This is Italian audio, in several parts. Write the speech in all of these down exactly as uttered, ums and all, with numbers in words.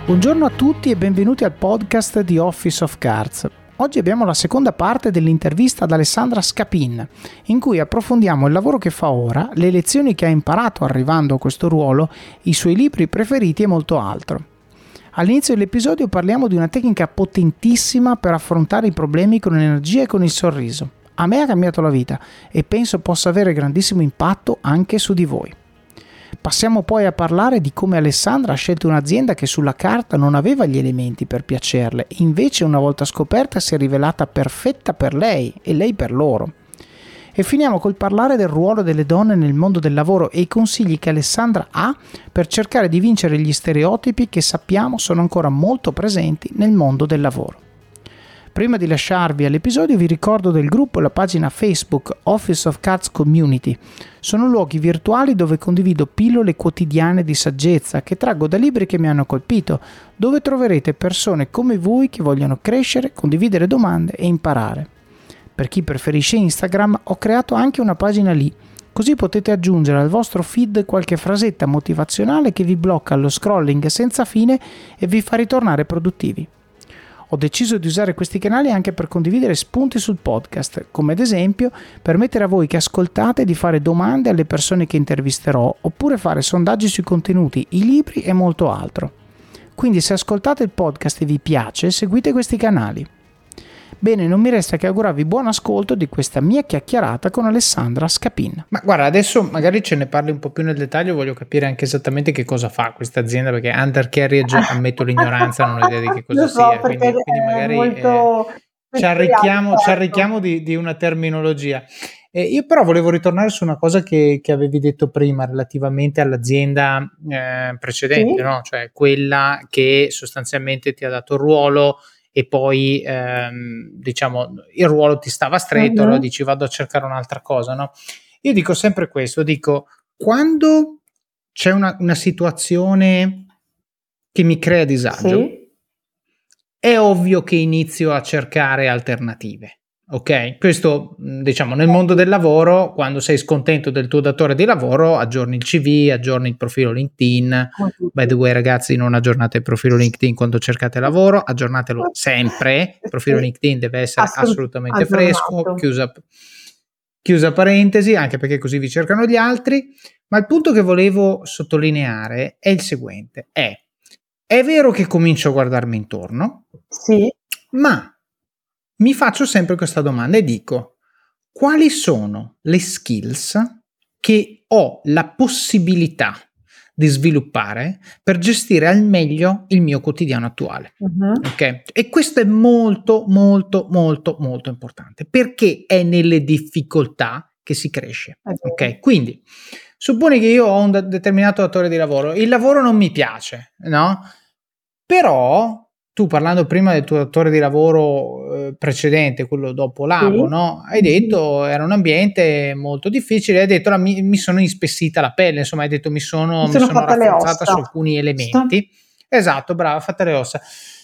Buongiorno a tutti e benvenuti al podcast di Office of Cards. Oggi abbiamo la seconda parte dell'intervista ad Alessandra Scapin, in cui approfondiamo il lavoro che fa ora, le lezioni che ha imparato arrivando a questo ruolo, i suoi libri preferiti e molto altro. All'inizio dell'episodio parliamo di una tecnica potentissima per affrontare i problemi con energia e con il sorriso. A me ha cambiato la vita e penso possa avere grandissimo impatto anche su di voi. Passiamo poi a parlare di come Alessandra ha scelto un'azienda che sulla carta non aveva gli elementi per piacerle, invece una volta scoperta si è rivelata perfetta per lei e lei per loro. E finiamo col parlare del ruolo delle donne nel mondo del lavoro e i consigli che Alessandra ha per cercare di vincere gli stereotipi che sappiamo sono ancora molto presenti nel mondo del lavoro. Prima di lasciarvi all'episodio vi ricordo del gruppo e la pagina Facebook Office of Cards Community. Sono luoghi virtuali dove condivido pillole quotidiane di saggezza che traggo da libri che mi hanno colpito, dove troverete persone come voi che vogliono crescere, condividere domande e imparare. Per chi preferisce Instagram ho creato anche una pagina lì, così potete aggiungere al vostro feed qualche frasetta motivazionale che vi blocca lo scrolling senza fine e vi fa ritornare produttivi. Ho deciso di usare questi canali anche per condividere spunti sul podcast, come ad esempio permettere a voi che ascoltate di fare domande alle persone che intervisterò, oppure fare sondaggi sui contenuti, i libri e molto altro. Quindi se ascoltate il podcast e vi piace, seguite questi canali. Bene, non mi resta che augurarvi buon ascolto di questa mia chiacchierata con Alessandra Scapin. Ma guarda, adesso magari ce ne parli un po' più nel dettaglio, voglio capire anche esattamente che cosa fa questa azienda, perché Under Carriage, ammetto l'ignoranza, non ho idea di che cosa Lo so, sia, quindi, quindi magari molto eh, ci arricchiamo, ci arricchiamo di, di una terminologia. Eh, io però volevo ritornare su una cosa che, che avevi detto prima relativamente all'azienda eh, precedente, sì. no? Cioè quella che sostanzialmente ti ha dato il ruolo e poi ehm, diciamo il ruolo ti stava stretto, uh-huh. allora dici vado a cercare un'altra cosa, no? Io dico sempre questo, dico quando c'è una, una situazione che mi crea disagio, sì. è ovvio che inizio a cercare alternative. Ok, questo diciamo nel mondo del lavoro, quando sei scontento del tuo datore di lavoro, aggiorni il C V, aggiorni il profilo LinkedIn. By the way, ragazzi, non aggiornate il profilo LinkedIn quando cercate lavoro, aggiornatelo sempre. Il profilo LinkedIn deve essere Assolut- assolutamente aggiornato. Fresco, chiusa, chiusa parentesi, anche perché così vi cercano gli altri. Ma il punto che volevo sottolineare è il seguente: è, è vero che comincio a guardarmi intorno, sì, ma mi faccio sempre questa domanda e dico: quali sono le skills che ho la possibilità di sviluppare per gestire al meglio il mio quotidiano attuale? uh-huh. Ok? E questo è molto, molto, molto, molto importante, perché è nelle difficoltà che si cresce. Ok? Quindi, supponi che io ho un determinato datore di lavoro, il lavoro non mi piace, no? Però tu, parlando prima del tuo datore di lavoro eh, precedente, quello dopo Labo, sì. no? Hai detto era un ambiente molto difficile, hai detto la, mi, mi sono ispessita la pelle, insomma hai detto mi sono, mi sono, mi sono rafforzata su alcuni elementi. Sto... Esatto, brava, fatta le ossa.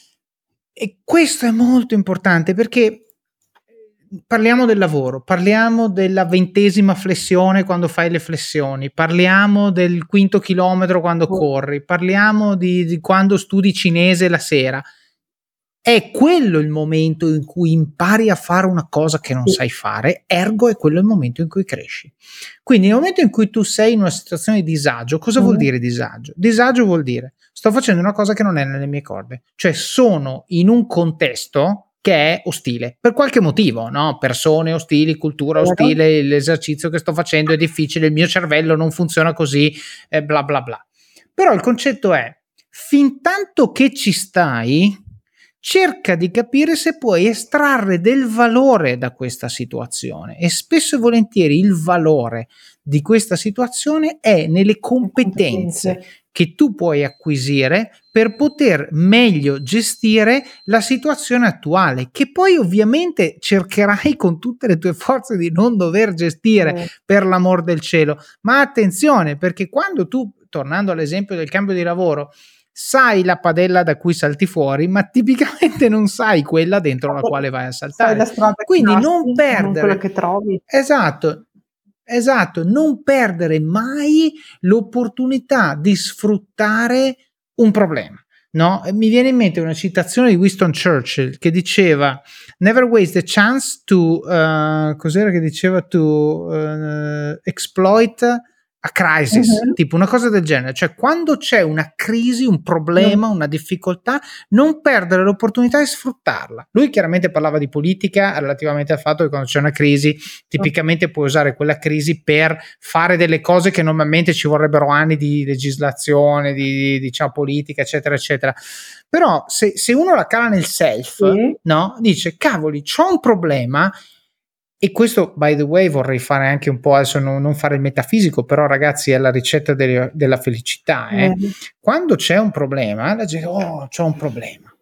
E questo è molto importante perché parliamo del lavoro, parliamo della ventesima flessione quando fai le flessioni, parliamo del quinto chilometro quando corri, parliamo di, di quando studi cinese la sera. È quello il momento in cui impari a fare una cosa che non sai fare, ergo è quello il momento in cui cresci. Quindi nel momento in cui tu sei in una situazione di disagio, cosa mm. vuol dire disagio? Disagio vuol dire sto facendo una cosa che non è nelle mie corde, cioè sono in un contesto che è ostile, per qualche motivo, no? Persone ostili, cultura ostile, l'esercizio che sto facendo è difficile, il mio cervello non funziona così, eh, bla bla bla. Però il concetto è, fin tanto che ci stai, cerca di capire se puoi estrarre del valore da questa situazione, e spesso e volentieri il valore di questa situazione è nelle competenze che tu puoi acquisire per poter meglio gestire la situazione attuale, che poi ovviamente cercherai con tutte le tue forze di non dover gestire, mm. per l'amor del cielo. Ma attenzione, perché quando tu, tornando all'esempio del cambio di lavoro, sai la padella da cui salti fuori, ma tipicamente non sai quella dentro la quale vai a saltare. Sai la strada, quindi non perdere, non quella che trovi. Esatto. Esatto, non perdere mai l'opportunità di sfruttare un problema. no? Mi viene in mente una citazione di Winston Churchill che diceva never waste the chance to uh, cos'era che diceva to uh, exploit a crisis, uh-huh. tipo una cosa del genere, cioè quando c'è una crisi, un problema, una difficoltà, non perdere l'opportunità di sfruttarla. Lui chiaramente parlava di politica relativamente al fatto che quando c'è una crisi tipicamente puoi usare quella crisi per fare delle cose che normalmente ci vorrebbero anni di legislazione, di, di diciamo politica, eccetera eccetera. Però se, se uno la cala nel self, sì. no? Dice cavoli, c'ho un problema. E questo, by the way, vorrei fare anche un po', adesso non, non fare il metafisico, però ragazzi è la ricetta de- della felicità. Eh? Mm. Quando c'è un problema, la gente, oh, c'ho un problema.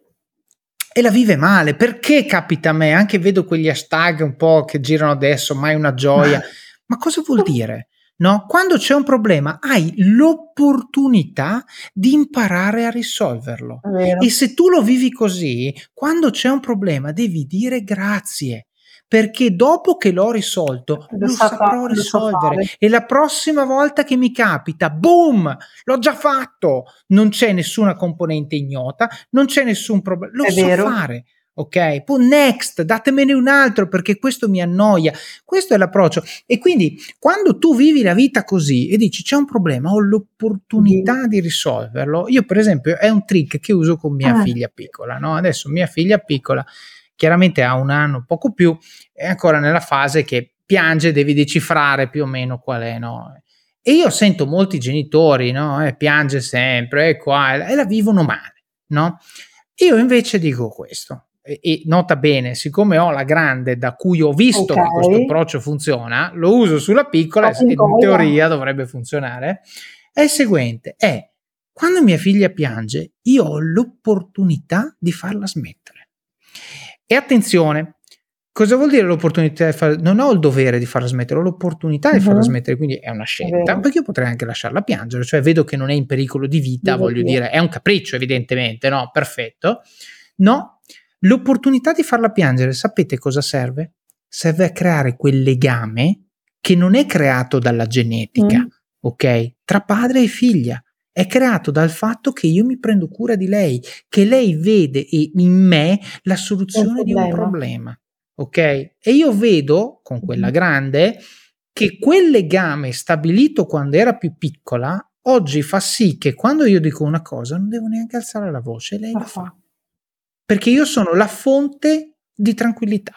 E la vive male. Perché capita a me? Anche vedo quegli hashtag un po' che girano adesso, mai una gioia. Ma cosa vuol dire? No? Quando c'è un problema hai l'opportunità di imparare a risolverlo. E se tu lo vivi così, quando c'è un problema devi dire grazie. Perché dopo che l'ho risolto lo, lo saprò fa, risolvere so e la prossima volta che mi capita, boom, l'ho già fatto, non c'è nessuna componente ignota, non c'è nessun problema, lo È so vero. fare, ok? Poi next, datemene un altro perché questo mi annoia, questo è l'approccio. E quindi quando tu vivi la vita così e dici c'è un problema, ho l'opportunità mm. di risolverlo, io per esempio è un trick che uso con mia ah. figlia piccola, no? Adesso mia figlia piccola chiaramente ha un anno, poco più, è ancora nella fase che piange, devi decifrare più o meno qual è, no? E io sento molti genitori, no? Eh, piange sempre, e qua, e la, e la vivono male, no? Io invece dico questo, e, e nota bene, siccome ho la grande da cui ho visto okay. che questo approccio funziona, lo uso sulla piccola e in teoria dovrebbe funzionare, è il seguente, è quando mia figlia piange, io ho l'opportunità di farla smettere. E attenzione, cosa vuol dire l'opportunità di far... Non ho il dovere di farla smettere, ho l'opportunità uh-huh. di farla smettere, quindi è una scelta, perché io potrei anche lasciarla piangere, cioè vedo che non è in pericolo di vita, Devo voglio dire. dire, è un capriccio evidentemente, no? Perfetto. No, l'opportunità di farla piangere, sapete cosa serve? Serve a creare quel legame che non è creato dalla genetica, mm. ok? Tra padre e figlia. È creato dal fatto che io mi prendo cura di lei, che lei vede in me la soluzione un di un problema, ok? E io vedo con quella grande che quel legame stabilito quando era più piccola oggi fa sì che quando io dico una cosa non devo neanche alzare la voce, lei la fa. Perché io sono la fonte di tranquillità,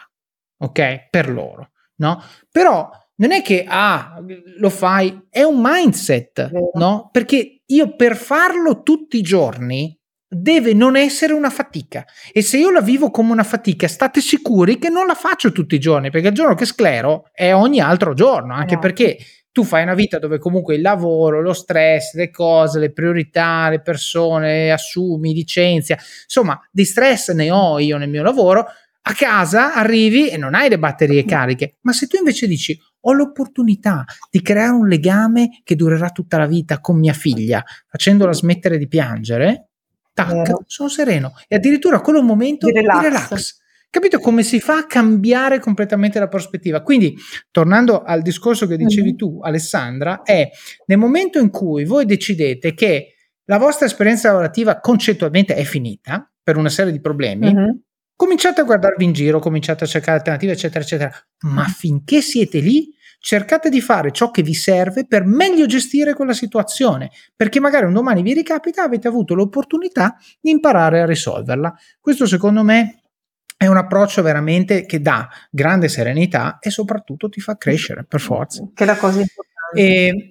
ok? Per loro, no? Però non è che ah, lo fai, è un mindset, no? Perché io per farlo tutti i giorni deve non essere una fatica. E se io la vivo come una fatica, state sicuri che non la faccio tutti i giorni, perché il giorno che sclero è ogni altro giorno, anche no. perché tu fai una vita dove comunque il lavoro, lo stress, le cose, le priorità, le persone, assumi, licenzia, insomma, di stress ne ho io nel mio lavoro. A casa arrivi e non hai le batterie cariche, ma se tu invece dici ho l'opportunità di creare un legame che durerà tutta la vita con mia figlia, facendola smettere di piangere, tac, Vero. sono sereno. E addirittura a quello momento di relax. di relax. Capito come si fa a cambiare completamente la prospettiva? Quindi, tornando al discorso che dicevi mm-hmm. tu, Alessandra, è nel momento in cui voi decidete che la vostra esperienza lavorativa concettualmente è finita per una serie di problemi, mm-hmm. cominciate a guardarvi in giro, cominciate a cercare alternative, eccetera, eccetera. Ma finché siete lì, cercate di fare ciò che vi serve per meglio gestire quella situazione, perché magari un domani vi ricapita, avete avuto l'opportunità di imparare a risolverla. Questo, secondo me, è un approccio veramente che dà grande serenità e soprattutto ti fa crescere, per forza. Che è la cosa importante. E,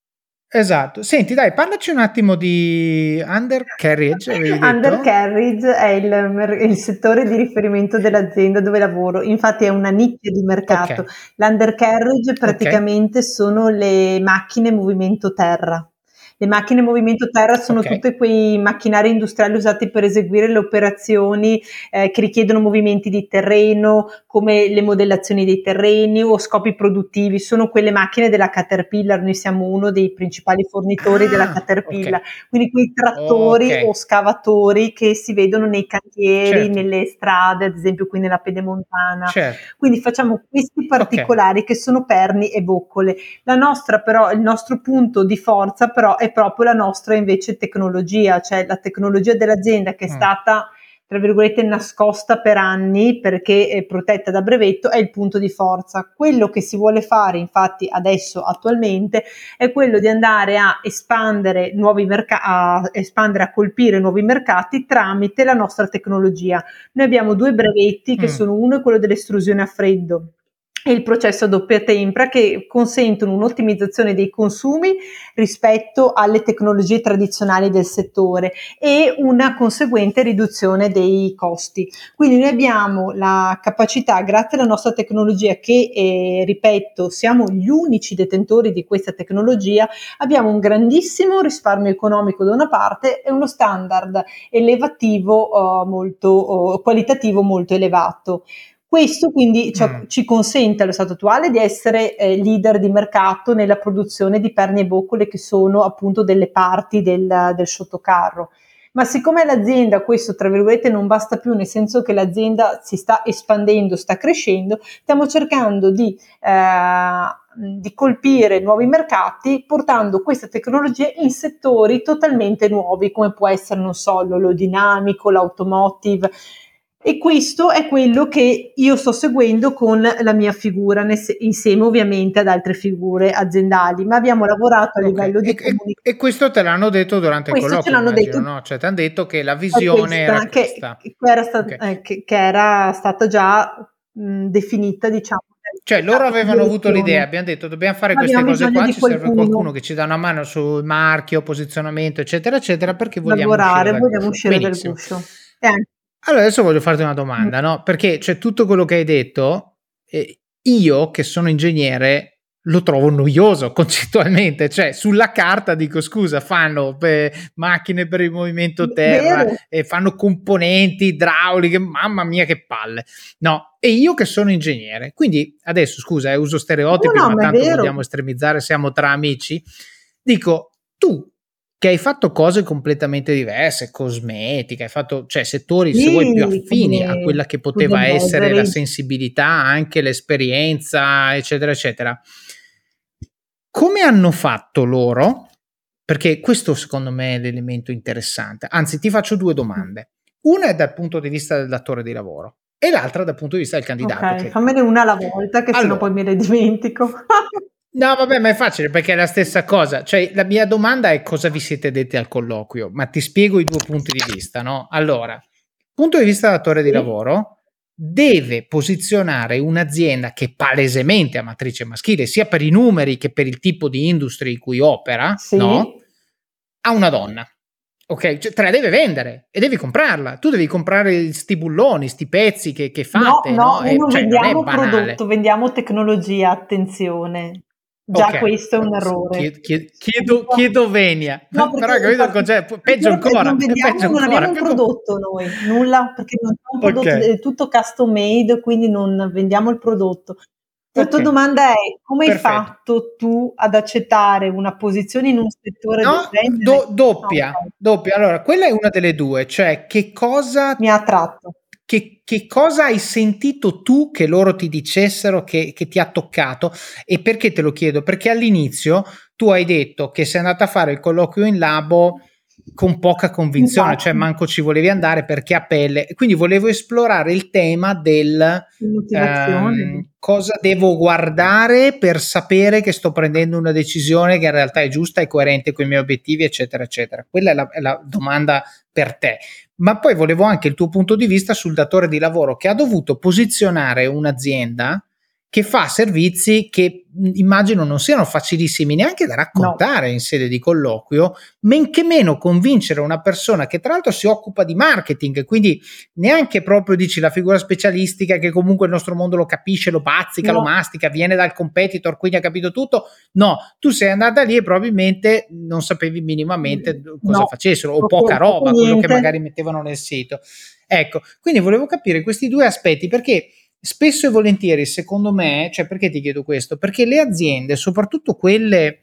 Esatto. Senti, dai, parlaci un attimo di undercarriage, avevi detto? Undercarriage è il, il settore di riferimento dell'azienda dove lavoro, infatti è una nicchia di mercato. Okay. L'undercarriage praticamente okay. sono le macchine movimento terra. Le macchine movimento terra sono okay. tutti quei macchinari industriali usati per eseguire le operazioni eh, che richiedono movimenti di terreno, come le modellazioni dei terreni o scopi produttivi. Sono quelle macchine della Caterpillar, noi siamo uno dei principali fornitori ah, della Caterpillar, okay. quindi quei trattori okay. o scavatori che si vedono nei cantieri, certo. nelle strade, ad esempio qui nella Pedemontana. Certo. Quindi facciamo questi particolari okay. che sono perni e boccole. La nostra però, il nostro punto di forza però è è proprio la nostra invece tecnologia, cioè la tecnologia dell'azienda che è stata, tra virgolette, nascosta per anni perché è protetta da brevetto, è il punto di forza. Quello che si vuole fare infatti adesso attualmente è quello di andare a espandere nuovi mercati, a espandere, a colpire nuovi mercati tramite la nostra tecnologia. Noi abbiamo due brevetti che mm. sono uno è quello dell'estrusione a freddo e il processo a doppia tempra, che consentono un'ottimizzazione dei consumi rispetto alle tecnologie tradizionali del settore e una conseguente riduzione dei costi. Quindi noi abbiamo la capacità, grazie alla nostra tecnologia, che eh, ripeto, siamo gli unici detentori di questa tecnologia, abbiamo un grandissimo risparmio economico da una parte e uno standard elevativo, uh, molto uh, qualitativo molto elevato. Questo quindi mm. ci consente allo stato attuale di essere eh, leader di mercato nella produzione di perni e boccole, che sono appunto delle parti del, del sottocarro. Ma siccome l'azienda, questo tra virgolette non basta più, nel senso che l'azienda si sta espandendo, sta crescendo, stiamo cercando di, eh, di colpire nuovi mercati portando questa tecnologia in settori totalmente nuovi, come può essere, non so, l'olodinamico, l'automotive. E questo è quello che io sto seguendo con la mia figura, insieme ovviamente ad altre figure aziendali, ma abbiamo lavorato a okay. livello di e, comunicazione. E questo te l'hanno detto durante questo il colloquio, ce l'hanno immagino, detto, no? Cioè ti hanno detto che la visione questa, era questa. Che, che, era sta, okay. eh, che, che era stata già mh, definita, diciamo. Cioè loro avevano avuto l'idea, abbiamo detto dobbiamo fare abbiamo queste cose qua, ci qualcuno. serve qualcuno che ci dà una mano sul marchio, posizionamento, eccetera, eccetera, perché vogliamo lavorare, uscire dal vogliamo guscio. uscire Benissimo. dal guscio. E anche allora adesso voglio farti una domanda, mm. no? Perché cioè, tutto quello che hai detto, eh, io che sono ingegnere lo trovo noioso concettualmente, cioè sulla carta dico scusa, fanno beh, macchine per il movimento terra, e fanno componenti idrauliche, mamma mia che palle, no? E io che sono ingegnere, quindi adesso scusa, eh, uso stereotipi, no, no, ma, ma tanto vogliamo estremizzare, siamo tra amici, dico tu che hai fatto cose completamente diverse, cosmetica, hai fatto cioè settori, sì, se vuoi, più affini come, a quella che poteva essere essere la sensibilità, anche l'esperienza, eccetera, eccetera. Come hanno fatto loro? Perché questo secondo me è l'elemento interessante. Anzi, ti faccio due domande. Una è dal punto di vista del datore di lavoro e l'altra dal punto di vista del candidato. Ok, che... fammene una alla volta, che allora, sennò poi me ne dimentico. No, vabbè, ma è facile perché è la stessa cosa. Cioè, la mia domanda è cosa vi siete detti al colloquio, ma ti spiego i due punti di vista, no? Allora, punto di vista datore sì. di lavoro, deve posizionare un'azienda che palesemente ha matrice maschile, sia per i numeri che per il tipo di industria in cui opera, sì. no? A una donna. Ok, cioè, te la deve vendere e devi comprarla. Tu devi comprare sti bulloni, sti pezzi che, che fate, no? No, no? noi non cioè, vendiamo non è prodotto, vendiamo tecnologia, attenzione. Già okay. questo è un errore. Chiedo, chiedo, chiedo venia, no, però capito il concetto, peggio ancora. Non, vediamo, peggio non ancora, abbiamo un prodotto noi, nulla, perché non è un prodotto, okay. è tutto custom made, quindi non vendiamo il prodotto. La tua okay. domanda è come Perfetto. hai fatto tu ad accettare una posizione in un settore no, del do, doppia, no, okay. doppia. Allora, quella è una delle due, cioè che cosa mi ha attratto? Che, che cosa hai sentito tu che loro ti dicessero che, che ti ha toccato? E perché te lo chiedo? Perché all'inizio tu hai detto che sei andata a fare il colloquio in labo con poca convinzione, esatto. cioè manco ci volevi andare perché a pelle, quindi volevo esplorare il tema del ehm, cosa devo guardare per sapere che sto prendendo una decisione che in realtà è giusta e coerente con i miei obiettivi, eccetera eccetera. Quella è la, è la domanda per te. Ma poi volevo anche il tuo punto di vista sul datore di lavoro che ha dovuto posizionare un'azienda che fa servizi che immagino non siano facilissimi neanche da raccontare no. in sede di colloquio, men che meno convincere una persona che tra l'altro si occupa di marketing, quindi neanche proprio dici la figura specialistica che comunque il nostro mondo lo capisce, lo bazzica, no. lo mastica, viene dal competitor, quindi ha capito tutto. No, tu sei andata lì e probabilmente non sapevi minimamente cosa no. facessero, o poca roba, niente. Quello che magari mettevano nel sito. Ecco, quindi volevo capire questi due aspetti perché spesso e volentieri, secondo me, cioè perché ti chiedo questo? Perché le aziende, soprattutto quelle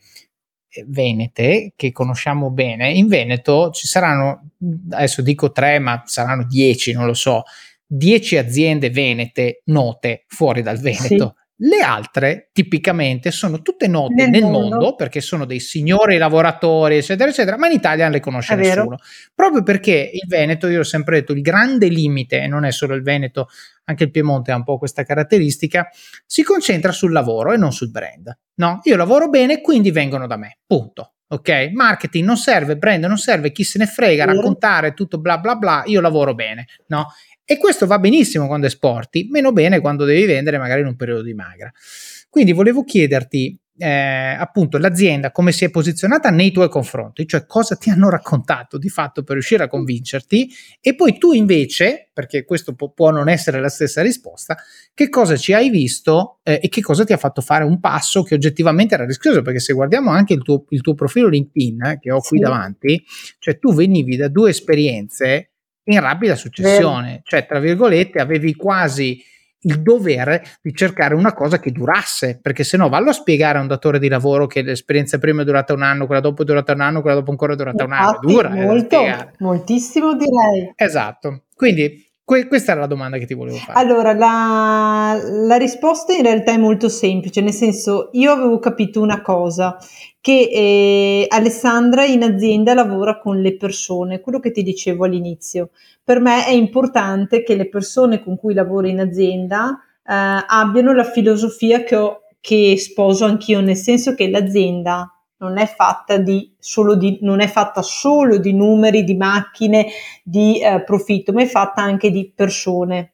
venete, che conosciamo bene, in Veneto ci saranno, adesso dico tre, ma saranno dieci, non lo so, dieci aziende venete note fuori dal Veneto. Sì. Le altre tipicamente sono tutte note Nel nel mondo. mondo, perché sono dei signori lavoratori, eccetera, eccetera, ma in Italia non le conosce È vero. nessuno. Proprio perché il Veneto, io ho sempre detto, il grande limite, e non è solo il Veneto, anche il Piemonte ha un po' questa caratteristica, si concentra sul lavoro e non sul brand. No, io lavoro bene, quindi vengono da me, punto. Ok? Marketing non serve, brand non serve, chi se ne frega, Vero. raccontare tutto bla bla bla, io lavoro bene, no? E questo va benissimo quando esporti, meno bene quando devi vendere magari in un periodo di magra. Quindi volevo chiederti eh, appunto l'azienda come si è posizionata nei tuoi confronti, cioè cosa ti hanno raccontato di fatto per riuscire a convincerti, e poi tu invece, perché questo può, può non essere la stessa risposta, che cosa ci hai visto eh, e che cosa ti ha fatto fare un passo che oggettivamente era rischioso, perché se guardiamo anche il tuo, il tuo profilo LinkedIn eh, che ho qui Sì. davanti, cioè tu venivi da due esperienze in rapida successione, Vero. cioè tra virgolette avevi quasi il dovere di cercare una cosa che durasse, perché se no vallo a spiegare a un datore di lavoro che l'esperienza prima è durata un anno, quella dopo è durata un anno, quella dopo ancora è durata un anno, è Infatti, dura eh, da molto, spiegare. moltissimo direi. Esatto, quindi que- questa era la domanda che ti volevo fare. Allora, la, la risposta in realtà è molto semplice, nel senso, io avevo capito una cosa, che eh, Alessandra in azienda lavora con le persone, quello che ti dicevo all'inizio. Per me è importante che le persone con cui lavoro in azienda eh, abbiano la filosofia che, ho, che sposo anch'io, nel senso che l'azienda non è fatta di solo di, non è fatta solo di numeri, di macchine, di eh, profitto, ma è fatta anche di persone.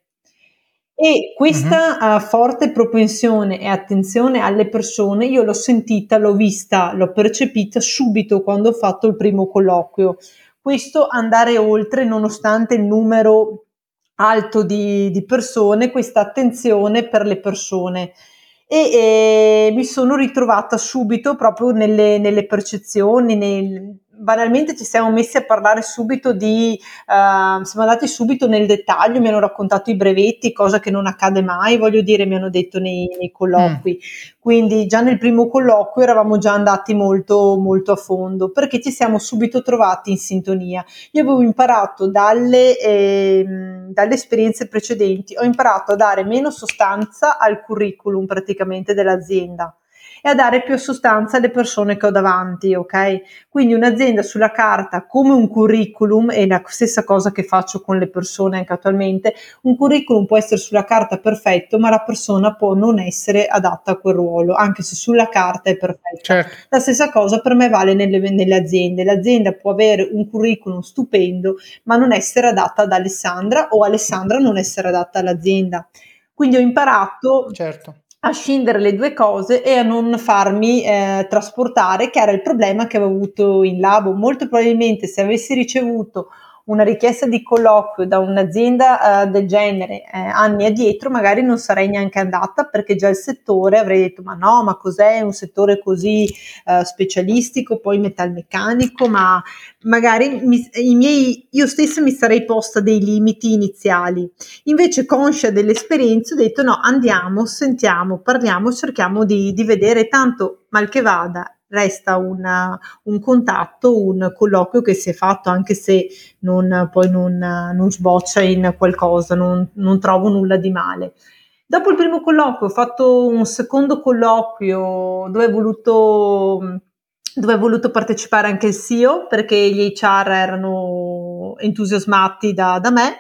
E questa Mm-hmm. uh, forte propensione e attenzione alle persone io l'ho sentita, l'ho vista, l'ho percepita subito quando ho fatto il primo colloquio. Questo andare oltre, nonostante il numero alto di, di persone, questa attenzione per le persone. E, e mi sono ritrovata subito proprio nelle, nelle percezioni, nel, banalmente ci siamo messi a parlare subito di, uh, siamo andati subito nel dettaglio, mi hanno raccontato i brevetti, cosa che non accade mai, voglio dire, mi hanno detto nei, nei colloqui. Mm. Quindi già nel primo colloquio eravamo già andati molto, molto a fondo, perché ci siamo subito trovati in sintonia. Io avevo imparato dalle, eh, dalle esperienze precedenti, ho imparato a dare meno sostanza al curriculum praticamente dell'azienda e a dare più sostanza alle persone che ho davanti, ok? Quindi un'azienda sulla carta come un curriculum, è la stessa cosa che faccio con le persone anche attualmente, un curriculum può essere sulla carta perfetto, ma la persona può non essere adatta a quel ruolo, anche se sulla carta è perfetta. Certo. La stessa cosa per me vale nelle, nelle aziende, l'azienda può avere un curriculum stupendo, ma non essere adatta ad Alessandra, o Alessandra non essere adatta all'azienda. Quindi ho imparato... Certo. a scindere le due cose e a non farmi eh, trasportare, che era il problema che avevo avuto in labo. Molto probabilmente se avessi ricevuto una richiesta di colloquio da un'azienda eh, del genere eh, anni addietro, magari non sarei neanche andata, perché già il settore avrei detto ma no, ma cos'è un settore così eh, specialistico, poi metalmeccanico, ma magari mi, i miei, io stessa mi sarei posta dei limiti iniziali. Invece, conscia dell'esperienza, ho detto no, andiamo, sentiamo, parliamo, cerchiamo di, di vedere, tanto mal che vada resta una, un contatto, un colloquio che si è fatto, anche se non, poi non, non sboccia in qualcosa, non, non trovo nulla di male. Dopo il primo colloquio ho fatto un secondo colloquio dove ho voluto, dove ho voluto partecipare anche il C E O, perché gli H R erano entusiasmati da, da me.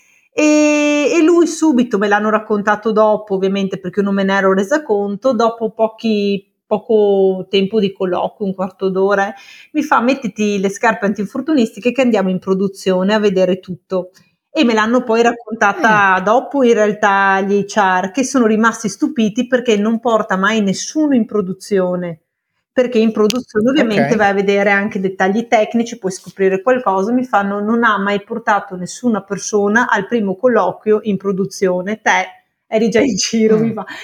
E, e lui subito, me l'hanno raccontato dopo ovviamente perché io non me ne ero resa conto, dopo pochi, poco tempo di colloquio, un quarto d'ora, mi fa mettiti le scarpe antinfortunistiche che andiamo in produzione a vedere tutto. E me l'hanno poi raccontata mm. dopo in realtà gli H R, che sono rimasti stupiti perché non porta mai nessuno in produzione, perché in produzione ovviamente okay. vai a vedere anche dettagli tecnici, puoi scoprire qualcosa. Mi fanno, non ha mai portato nessuna persona al primo colloquio in produzione, te eri già in giro. Mm. Mi fa.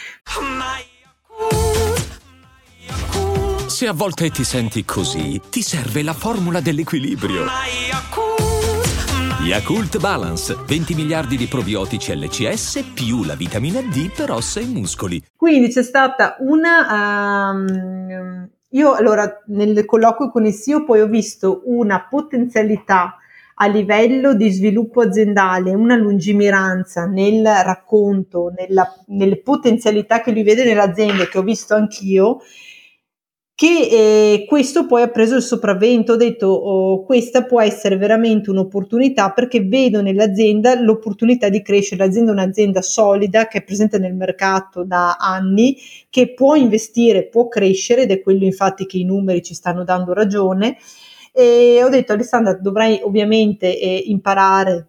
Se a volte ti senti così, ti serve la formula dell'equilibrio. Yakult Balance, venti miliardi di probiotici L C S più la vitamina D per ossa e muscoli. Quindi c'è stata una... Um, io allora nel colloquio con il C E O poi ho visto una potenzialità a livello di sviluppo aziendale, una lungimiranza nel racconto, nella, nelle potenzialità che lui vede nell'azienda, che ho visto anch'io, che eh, questo poi ha preso il sopravvento. Ho detto oh, questa può essere veramente un'opportunità, perché vedo nell'azienda l'opportunità di crescere. L'azienda è un'azienda solida che è presente nel mercato da anni, che può investire, può crescere, ed è quello infatti che i numeri ci stanno dando ragione. E ho detto Alessandra, dovrai ovviamente eh, imparare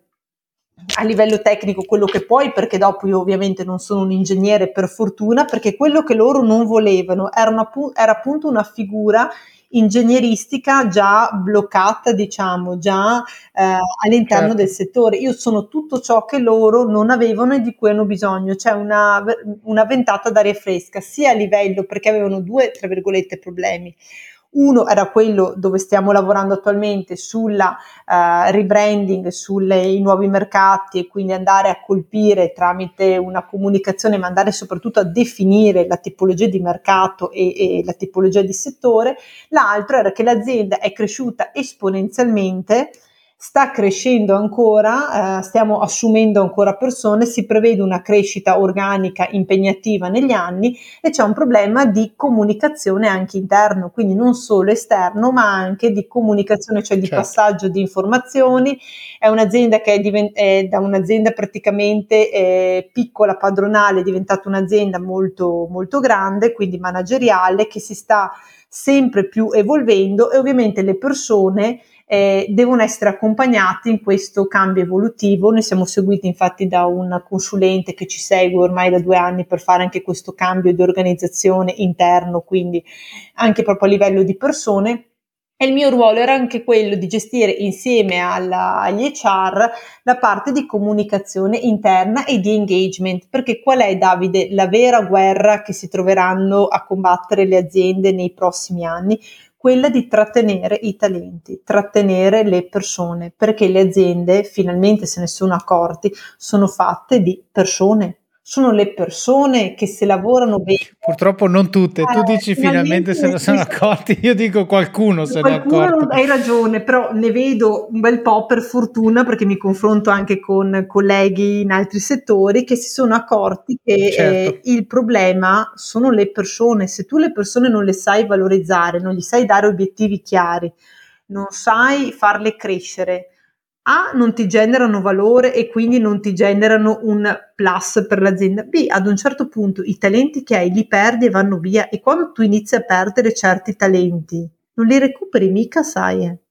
a livello tecnico quello che puoi, perché dopo io ovviamente non sono un ingegnere, per fortuna, perché quello che loro non volevano era, una, era appunto una figura ingegneristica già bloccata, diciamo, già eh, all'interno certo. del settore. Io sono tutto ciò che loro non avevano e di cui hanno bisogno, cioè una, una ventata d'aria fresca, sia a livello, perché avevano due, tra virgolette, problemi. Uno era quello dove stiamo lavorando attualmente, sulla uh, rebranding, sui nuovi mercati, e quindi andare a colpire tramite una comunicazione, ma andare soprattutto a definire la tipologia di mercato e, e la tipologia di settore. L'altro era che l'azienda è cresciuta esponenzialmente, sta crescendo ancora, eh, stiamo assumendo ancora persone, si prevede una crescita organica impegnativa negli anni, e c'è un problema di comunicazione anche interno, quindi non solo esterno, ma anche di comunicazione, cioè di certo. passaggio di informazioni. È un'azienda che è, divent- è da un'azienda praticamente eh, piccola, padronale, è diventata un'azienda molto, molto grande, quindi manageriale, che si sta sempre più evolvendo, e ovviamente le persone Eh, devono essere accompagnati in questo cambio evolutivo. Noi siamo seguiti infatti da un consulente che ci segue ormai da due anni per fare anche questo cambio di organizzazione interno, quindi anche proprio a livello di persone. E il mio ruolo era anche quello di gestire insieme alla, agli H R la parte di comunicazione interna e di engagement, perché qual è, Davide, la vera guerra che si troveranno a combattere le aziende nei prossimi anni? Quella di trattenere i talenti, trattenere le persone, perché le aziende, finalmente se ne sono accorti, sono fatte di persone. Sono le persone che, se lavorano bene... Purtroppo non tutte, eh, tu dici finalmente, finalmente se ne sono accorti, io dico qualcuno se ne è accorto. Hai ragione, però ne vedo un bel po', per fortuna, perché mi confronto anche con colleghi in altri settori che si sono accorti che certo. eh, il problema sono le persone. Se tu le persone non le sai valorizzare, non gli sai dare obiettivi chiari, non sai farle crescere, A, non ti generano valore e quindi non ti generano un plus per l'azienda. B, ad un certo punto i talenti che hai li perdi e vanno via, e quando tu inizi a perdere certi talenti non li recuperi mica, sai. Eh.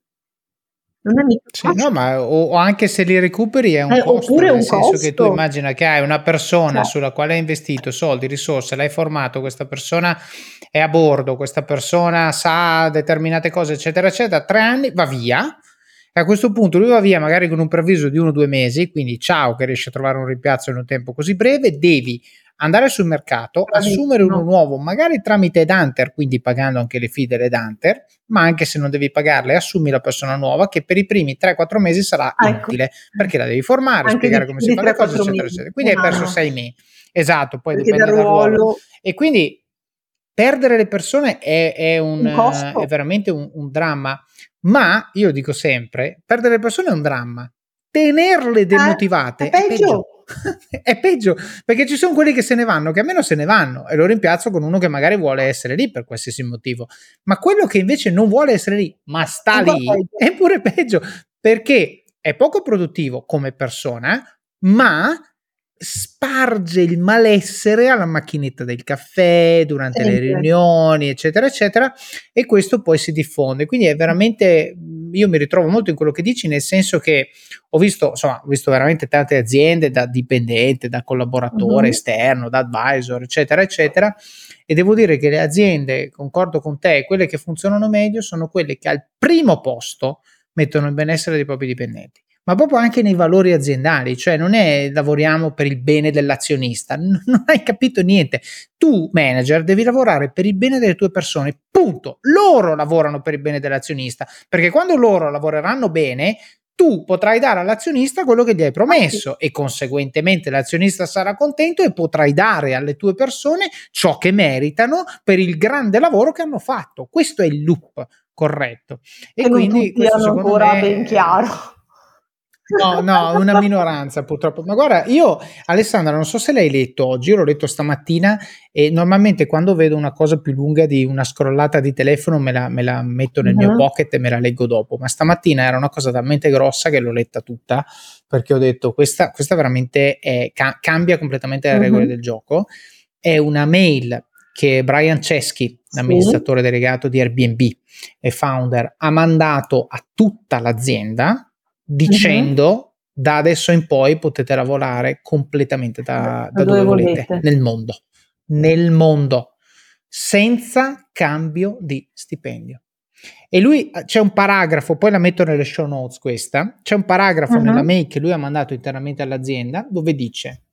Non è mica sì, no, ma o, o anche se li recuperi è un eh, costo, oppure nel un senso costo. che tu immagina che hai una persona Cioè. sulla quale hai investito soldi, risorse, l'hai formato, questa persona è a bordo, questa persona sa determinate cose, eccetera, eccetera, tre anni, va via. E a questo punto lui va via magari con un preavviso di uno o due mesi, quindi ciao che riesci a trovare un rimpiazzo in un tempo così breve, devi andare sul mercato, Bravissimo. assumere uno nuovo, magari tramite Headhunter, quindi pagando anche le fee dell'Headhunter, ma anche se non devi pagarle, assumi la persona nuova che per i primi tre quattro mesi sarà ecco. inutile, perché la devi formare, anche spiegare come si fanno le cose, eccetera, eccetera. Quindi hai perso sei mesi. Esatto, poi perché dipende dal ruolo. ruolo. E quindi perdere le persone è, è, un, un è veramente un, un dramma. Ma io dico sempre, perdere le persone è un dramma, tenerle demotivate eh, è, è peggio. È peggio, perché ci sono quelli che se ne vanno, che almeno se ne vanno, e lo rimpiazzo con uno che magari vuole essere lì per qualsiasi motivo, ma quello che invece non vuole essere lì ma sta è lì peggio. È pure peggio, perché è poco produttivo come persona, ma sparge il malessere alla macchinetta del caffè, durante Sempre. le riunioni, eccetera, eccetera, e questo poi si diffonde. Quindi è veramente, io mi ritrovo molto in quello che dici, nel senso che ho visto, insomma, ho visto veramente tante aziende da dipendente, da collaboratore uh-huh. esterno, da advisor, eccetera, eccetera, e devo dire che le aziende, concordo con te, quelle che funzionano meglio sono quelle che al primo posto mettono il benessere dei propri dipendenti, ma proprio anche nei valori aziendali, cioè non è lavoriamo per il bene dell'azionista, non hai capito niente. Tu, manager, devi lavorare per il bene delle tue persone, punto. Loro lavorano per il bene dell'azionista, perché quando loro lavoreranno bene, tu potrai dare all'azionista quello che gli hai promesso e conseguentemente l'azionista sarà contento e potrai dare alle tue persone ciò che meritano per il grande lavoro che hanno fatto. Questo è il loop corretto. E che quindi non tutti hanno ancora me... ben chiaro. No, no, una minoranza purtroppo. Ma guarda, io, Alessandra, non so se l'hai letto oggi, io l'ho letto stamattina e normalmente quando vedo una cosa più lunga di una scrollata di telefono me la, me la metto nel uh-huh. mio pocket e me la leggo dopo, ma stamattina era una cosa talmente grossa che l'ho letta tutta, perché ho detto questa, questa veramente è, ca- cambia completamente le uh-huh. regole del gioco. È una mail che Brian Chesky, l'amministratore sì. delegato di Airbnb e founder, ha mandato a tutta l'azienda dicendo uh-huh. da adesso in poi potete lavorare completamente da, da, da dove, dove volete, volete nel mondo, nel mondo, senza cambio di stipendio. E lui, c'è un paragrafo, poi la metto nelle show notes questa, c'è un paragrafo uh-huh. nella mail che lui ha mandato internamente all'azienda dove dice: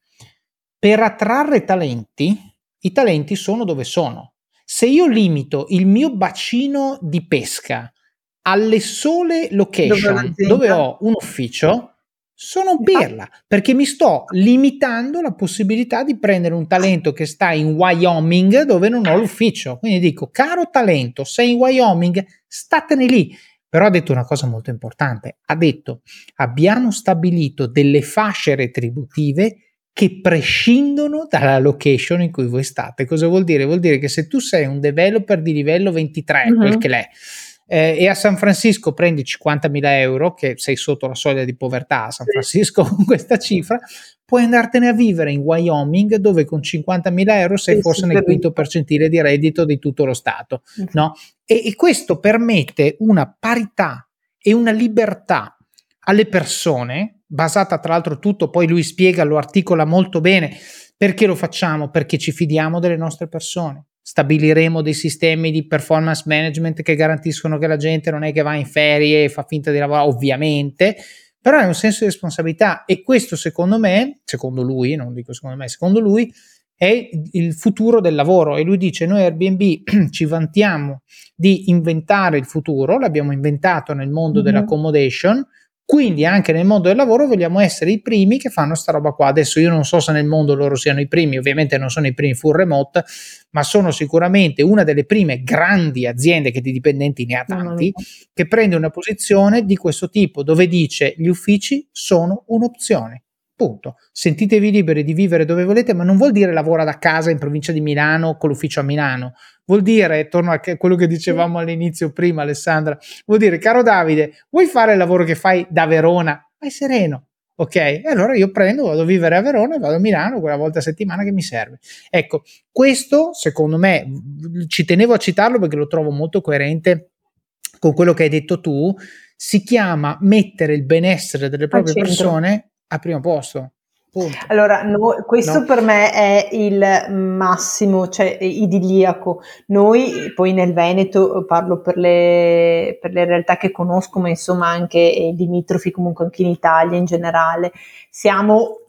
per attrarre talenti, i talenti sono dove sono. Se io limito il mio bacino di pesca alle sole location dove, dove ho un ufficio, sono un pirla, perché mi sto limitando la possibilità di prendere un talento che sta in Wyoming dove non ho l'ufficio. Quindi dico, caro talento, sei in Wyoming, statene lì. Però ha detto una cosa molto importante, ha detto: abbiamo stabilito delle fasce retributive che prescindono dalla location in cui voi state. Cosa vuol dire? Vuol dire che se tu sei un developer di livello ventitré, uh-huh. quel che l'è, eh, e a San Francisco prendi cinquantamila euro, che sei sotto la soglia di povertà a San Francisco con questa cifra, puoi andartene a vivere in Wyoming dove con cinquantamila euro sei sì, forse nel quinto percentile di reddito di tutto lo Stato, uh-huh. no? E, e questo permette una parità e una libertà alle persone, basata tra l'altro tutto, poi lui spiega, lo articola molto bene, perché lo facciamo? Perché ci fidiamo delle nostre persone. Stabiliremo dei sistemi di performance management che garantiscono che la gente non è che va in ferie e fa finta di lavorare, ovviamente, però è un senso di responsabilità, e questo secondo me, secondo lui, non dico secondo me, secondo lui è il futuro del lavoro. E lui dice: noi Airbnb ci vantiamo di inventare il futuro, l'abbiamo inventato nel mondo mm-hmm. dell'accommodation, quindi anche nel mondo del lavoro vogliamo essere i primi che fanno sta roba qua. Adesso io non so se nel mondo loro siano i primi, ovviamente non sono i primi full remote, ma sono sicuramente una delle prime grandi aziende, che di dipendenti ne ha tanti, no, no. che prende una posizione di questo tipo, dove dice: gli uffici sono un'opzione. Punto. Sentitevi liberi di vivere dove volete, ma non vuol dire lavora da casa in provincia di Milano con l'ufficio a Milano. Vuol dire, torno a quello che dicevamo all'inizio prima, Alessandra, vuol dire, caro Davide, vuoi fare il lavoro che fai da Verona? Vai sereno, ok? E allora io prendo, vado a vivere a Verona e vado a Milano quella volta a settimana che mi serve. Ecco, questo secondo me, ci tenevo a citarlo perché lo trovo molto coerente con quello che hai detto tu, si chiama mettere il benessere delle proprie persone al primo posto. Punto. Allora, no, questo no. per me è il massimo, cioè idilliaco. Noi poi nel Veneto, parlo per le, per le realtà che conosco, ma insomma anche limitrofi, comunque anche in Italia in generale, siamo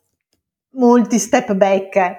molti step back, eh.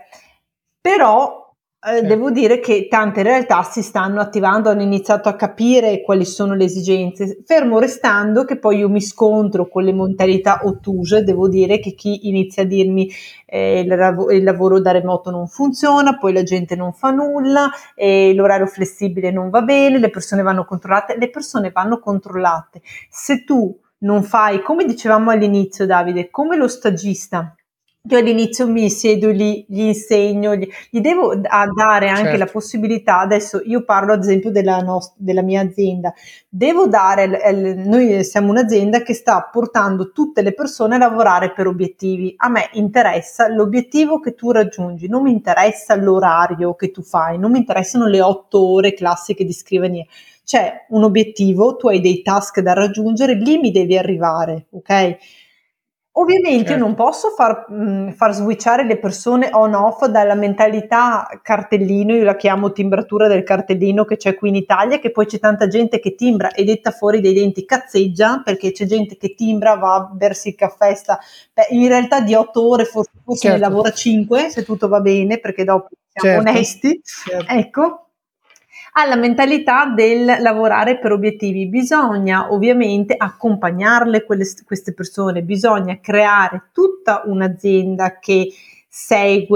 però eh, certo. devo dire che tante realtà si stanno attivando, hanno iniziato a capire quali sono le esigenze, fermo restando che poi io mi scontro con le mentalità ottuse. Devo dire che chi inizia a dirmi eh, il, lav- il lavoro da remoto non funziona, poi la gente non fa nulla, eh, l'orario flessibile non va bene, le persone vanno controllate, le persone vanno controllate. Se tu non fai, come dicevamo all'inizio Davide, come lo stagista, io all'inizio mi siedo lì, gli insegno, gli, gli devo dare anche certo. la possibilità. Adesso io parlo ad esempio della, nost- della mia azienda, devo dare, l- l- noi siamo un'azienda che sta portando tutte le persone a lavorare per obiettivi. A me interessa l'obiettivo che tu raggiungi, non mi interessa l'orario che tu fai, non mi interessano le otto ore classiche di scrivania. C'è un obiettivo, tu hai dei task da raggiungere, lì mi devi arrivare, ok? Ovviamente certo. io non posso far, mh, far switchare le persone on-off dalla mentalità cartellino, io la chiamo timbratura del cartellino che c'è qui in Italia, che poi c'è tanta gente che timbra e detta fuori dei denti cazzeggia, perché c'è gente che timbra, va a bersi il caffè, sta, beh, in realtà di otto ore forse, forse certo. ne lavora cinque, se tutto va bene, perché dopo siamo certo. onesti, certo. ecco. Alla mentalità del lavorare per obiettivi. Bisogna ovviamente accompagnarle quelle, queste persone, bisogna creare tutta un'azienda che segue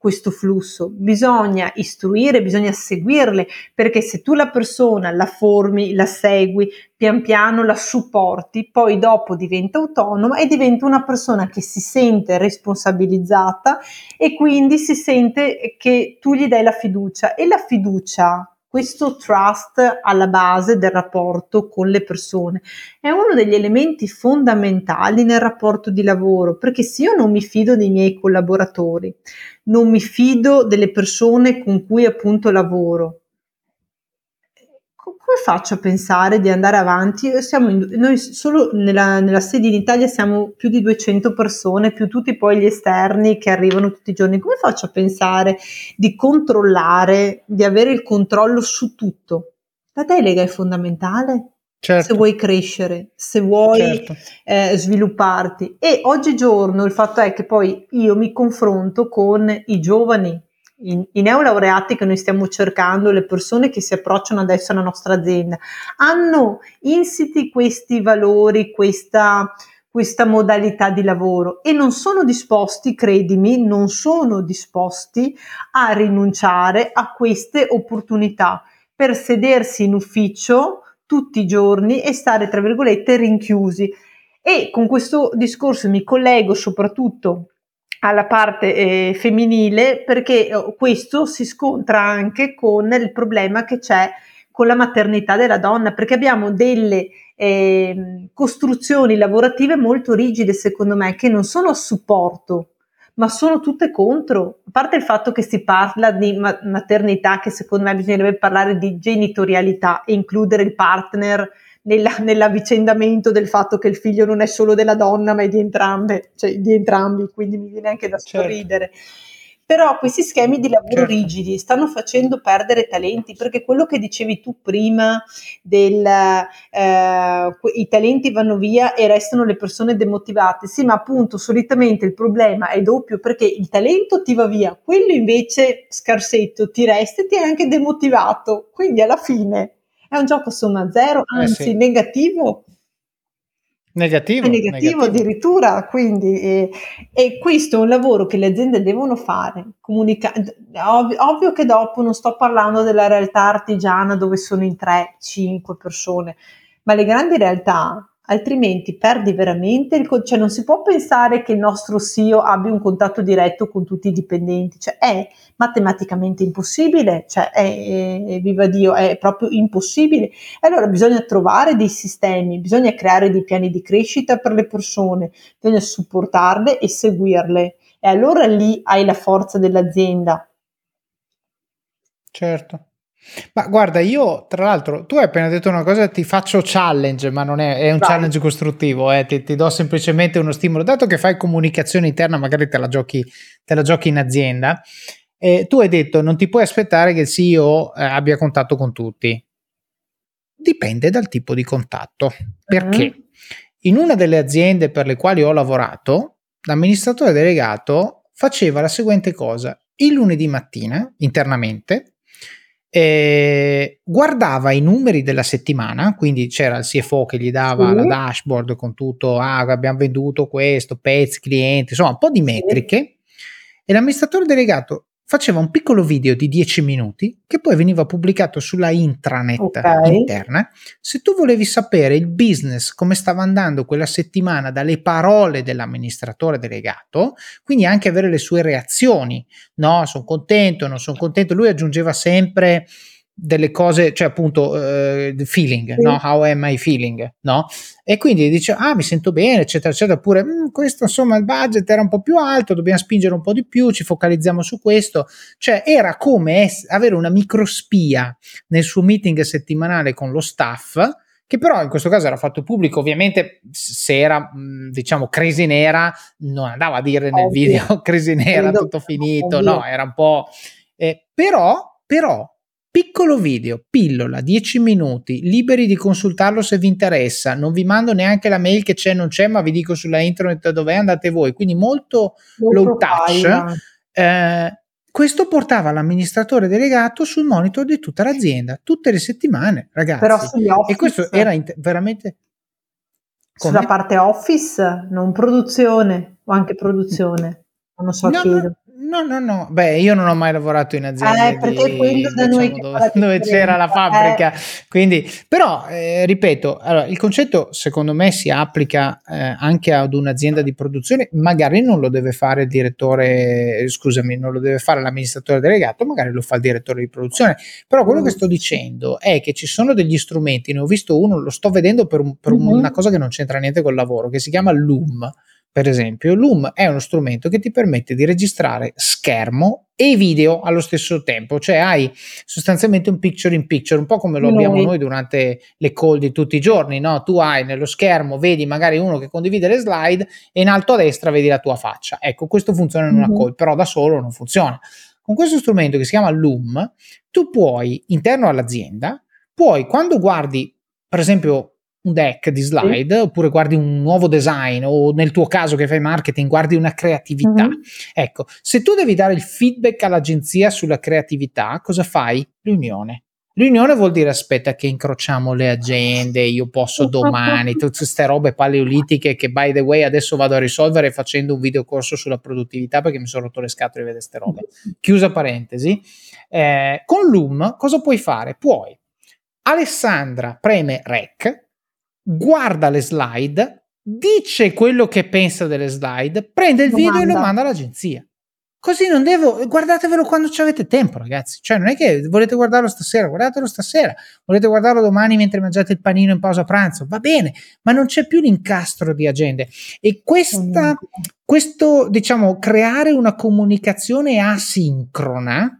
questo flusso, bisogna istruire, bisogna seguirle, perché se tu la persona la formi, la segui, pian piano la supporti, poi dopo diventa autonoma e diventa una persona che si sente responsabilizzata e quindi si sente che tu gli dai la fiducia, e la fiducia, questo trust alla base del rapporto con le persone, è uno degli elementi fondamentali nel rapporto di lavoro, perché se io non mi fido dei miei collaboratori, non mi fido delle persone con cui appunto lavoro, come faccio a pensare di andare avanti? Siamo in, noi solo nella, nella sede in Italia siamo più di duecento persone, più tutti poi gli esterni che arrivano tutti i giorni. Come faccio a pensare di controllare, di avere il controllo su tutto? La delega è fondamentale. Certo. Se vuoi crescere, se vuoi certo. eh, svilupparti. E oggigiorno il fatto è che poi io mi confronto con i giovani, I, i neolaureati che noi stiamo cercando, le persone che si approcciano adesso alla nostra azienda, hanno insiti questi valori, questa, questa modalità di lavoro e non sono disposti, credimi, non sono disposti a rinunciare a queste opportunità per sedersi in ufficio tutti i giorni e stare, tra virgolette, rinchiusi. E con questo discorso mi collego soprattutto alla parte eh, femminile, perché eh, questo si scontra anche con il problema che c'è con la maternità della donna, perché abbiamo delle eh, costruzioni lavorative molto rigide, secondo me, che non sono a supporto, ma sono tutte contro. A parte il fatto che si parla di ma- maternità, che secondo me bisognerebbe parlare di genitorialità e includere il partner Nella, nell'avvicendamento del fatto che il figlio non è solo della donna ma è di entrambe, cioè di entrambi, quindi mi viene anche da sorridere. Certo. Però questi schemi di lavoro certo. rigidi stanno facendo perdere talenti, perché quello che dicevi tu prima del eh, i talenti vanno via e restano le persone demotivate, sì, ma appunto solitamente il problema è doppio, perché il talento ti va via, quello invece scarsetto ti resta e ti è anche demotivato, quindi alla fine è un gioco somma zero, anzi eh sì. negativo. Negativo, è negativo, negativo addirittura, quindi e, e questo è un lavoro che le aziende devono fare, comunicare. Ovvio, ovvio che dopo non sto parlando della realtà artigiana dove sono in tre cinque persone, ma le grandi realtà, altrimenti perdi veramente il, cioè non si può pensare che il nostro C E O abbia un contatto diretto con tutti i dipendenti, cioè è matematicamente impossibile, cioè è, è viva Dio, è proprio impossibile. Allora bisogna trovare dei sistemi, bisogna creare dei piani di crescita per le persone, bisogna supportarle e seguirle, e allora lì hai la forza dell'azienda. Certo. Ma guarda, io tra l'altro, tu hai appena detto una cosa, ti faccio challenge, ma non è, è un Vai. challenge costruttivo, eh, ti, ti do semplicemente uno stimolo, dato che fai comunicazione interna, magari te la giochi, te la giochi in azienda, eh, tu hai detto non ti puoi aspettare che il C E O eh, abbia contatto con tutti. Dipende dal tipo di contatto, perché uh-huh. in una delle aziende per le quali ho lavorato, l'amministratore delegato faceva la seguente cosa: il lunedì mattina, internamente, Eh, guardava i numeri della settimana, quindi c'era il C F O che gli dava sì. la dashboard con tutto, ah, abbiamo venduto questo, pezzi, clienti, insomma un po' di metriche, sì. e l'amministratore delegato faceva un piccolo video di dieci minuti che poi veniva pubblicato sulla intranet okay. interna. Se tu volevi sapere il business come stava andando quella settimana dalle parole dell'amministratore delegato, quindi anche avere le sue reazioni, no, sono contento, non sono contento, lui aggiungeva sempre delle cose, cioè appunto uh, feeling, sì. no? How am I feeling, no? E quindi dice, ah, mi sento bene, eccetera, eccetera, oppure questo insomma il budget era un po' più alto, dobbiamo spingere un po' di più, ci focalizziamo su questo, cioè era come es- avere una microspia nel suo meeting settimanale con lo staff, che però in questo caso era fatto pubblico, ovviamente se era diciamo crisi nera non andava a dire nel ovvio. video crisi nera, Credo. tutto finito, ovvio. no, era un po' eh, però, però piccolo video, pillola, dieci minuti, liberi di consultarlo se vi interessa, non vi mando neanche la mail che c'è non c'è, ma vi dico sulla internet dov'è, andate voi, quindi molto no low touch. Eh, questo portava l'amministratore delegato sul monitor di tutta l'azienda, tutte le settimane, ragazzi. Però sugli office, e questo era in- veramente... Come? Sulla parte office, non produzione, o anche produzione, non lo so, no, chiedo. No. No, no, no. Beh, io non ho mai lavorato in aziende Eh, perché di, quello da noi diciamo, che dove, fa la dove c'era la differenza. fabbrica. Eh. Quindi, però, eh, ripeto, allora, il concetto secondo me si applica eh, anche ad un'azienda di produzione. Magari non lo deve fare il direttore, eh, scusami, non lo deve fare l'amministratore delegato, magari lo fa il direttore di produzione. Però quello che sto dicendo è che ci sono degli strumenti, ne ho visto uno, lo sto vedendo per, un, per Mm-hmm. una cosa che non c'entra niente col lavoro, che si chiama Loom. Per esempio, Loom è uno strumento che ti permette di registrare schermo e video allo stesso tempo, cioè hai sostanzialmente un picture in picture, un po' come lo abbiamo noi durante le call di tutti i giorni, no? Tu hai nello schermo, vedi magari uno che condivide le slide e in alto a destra vedi la tua faccia. Ecco, questo funziona in una call, però da solo non funziona. Con questo strumento che si chiama Loom, tu puoi, interno all'azienda, puoi, quando guardi, per esempio, un deck di slide, sì, oppure guardi un nuovo design, o nel tuo caso che fai marketing guardi una creatività, uh-huh. Ecco, se tu devi dare il feedback all'agenzia sulla creatività, cosa fai? Riunione. Riunione vuol dire aspetta che incrociamo le agende, io posso domani, tutte queste robe paleolitiche che by the way adesso vado a risolvere facendo un videocorso sulla produttività perché mi sono rotto le scatole di vedere queste robe. Chiusa parentesi. Eh, con Loom cosa puoi fare? Puoi, Alessandra preme rec, guarda le slide, dice quello che pensa delle slide, prende il video e lo manda all'agenzia. Così non devo, guardatevelo quando ci avete tempo, ragazzi. Cioè, non è che volete guardarlo stasera, guardatelo stasera, volete guardarlo domani mentre mangiate il panino in pausa pranzo, va bene, ma non c'è più l'incastro di agende. E questa, questo, diciamo, creare una comunicazione asincrona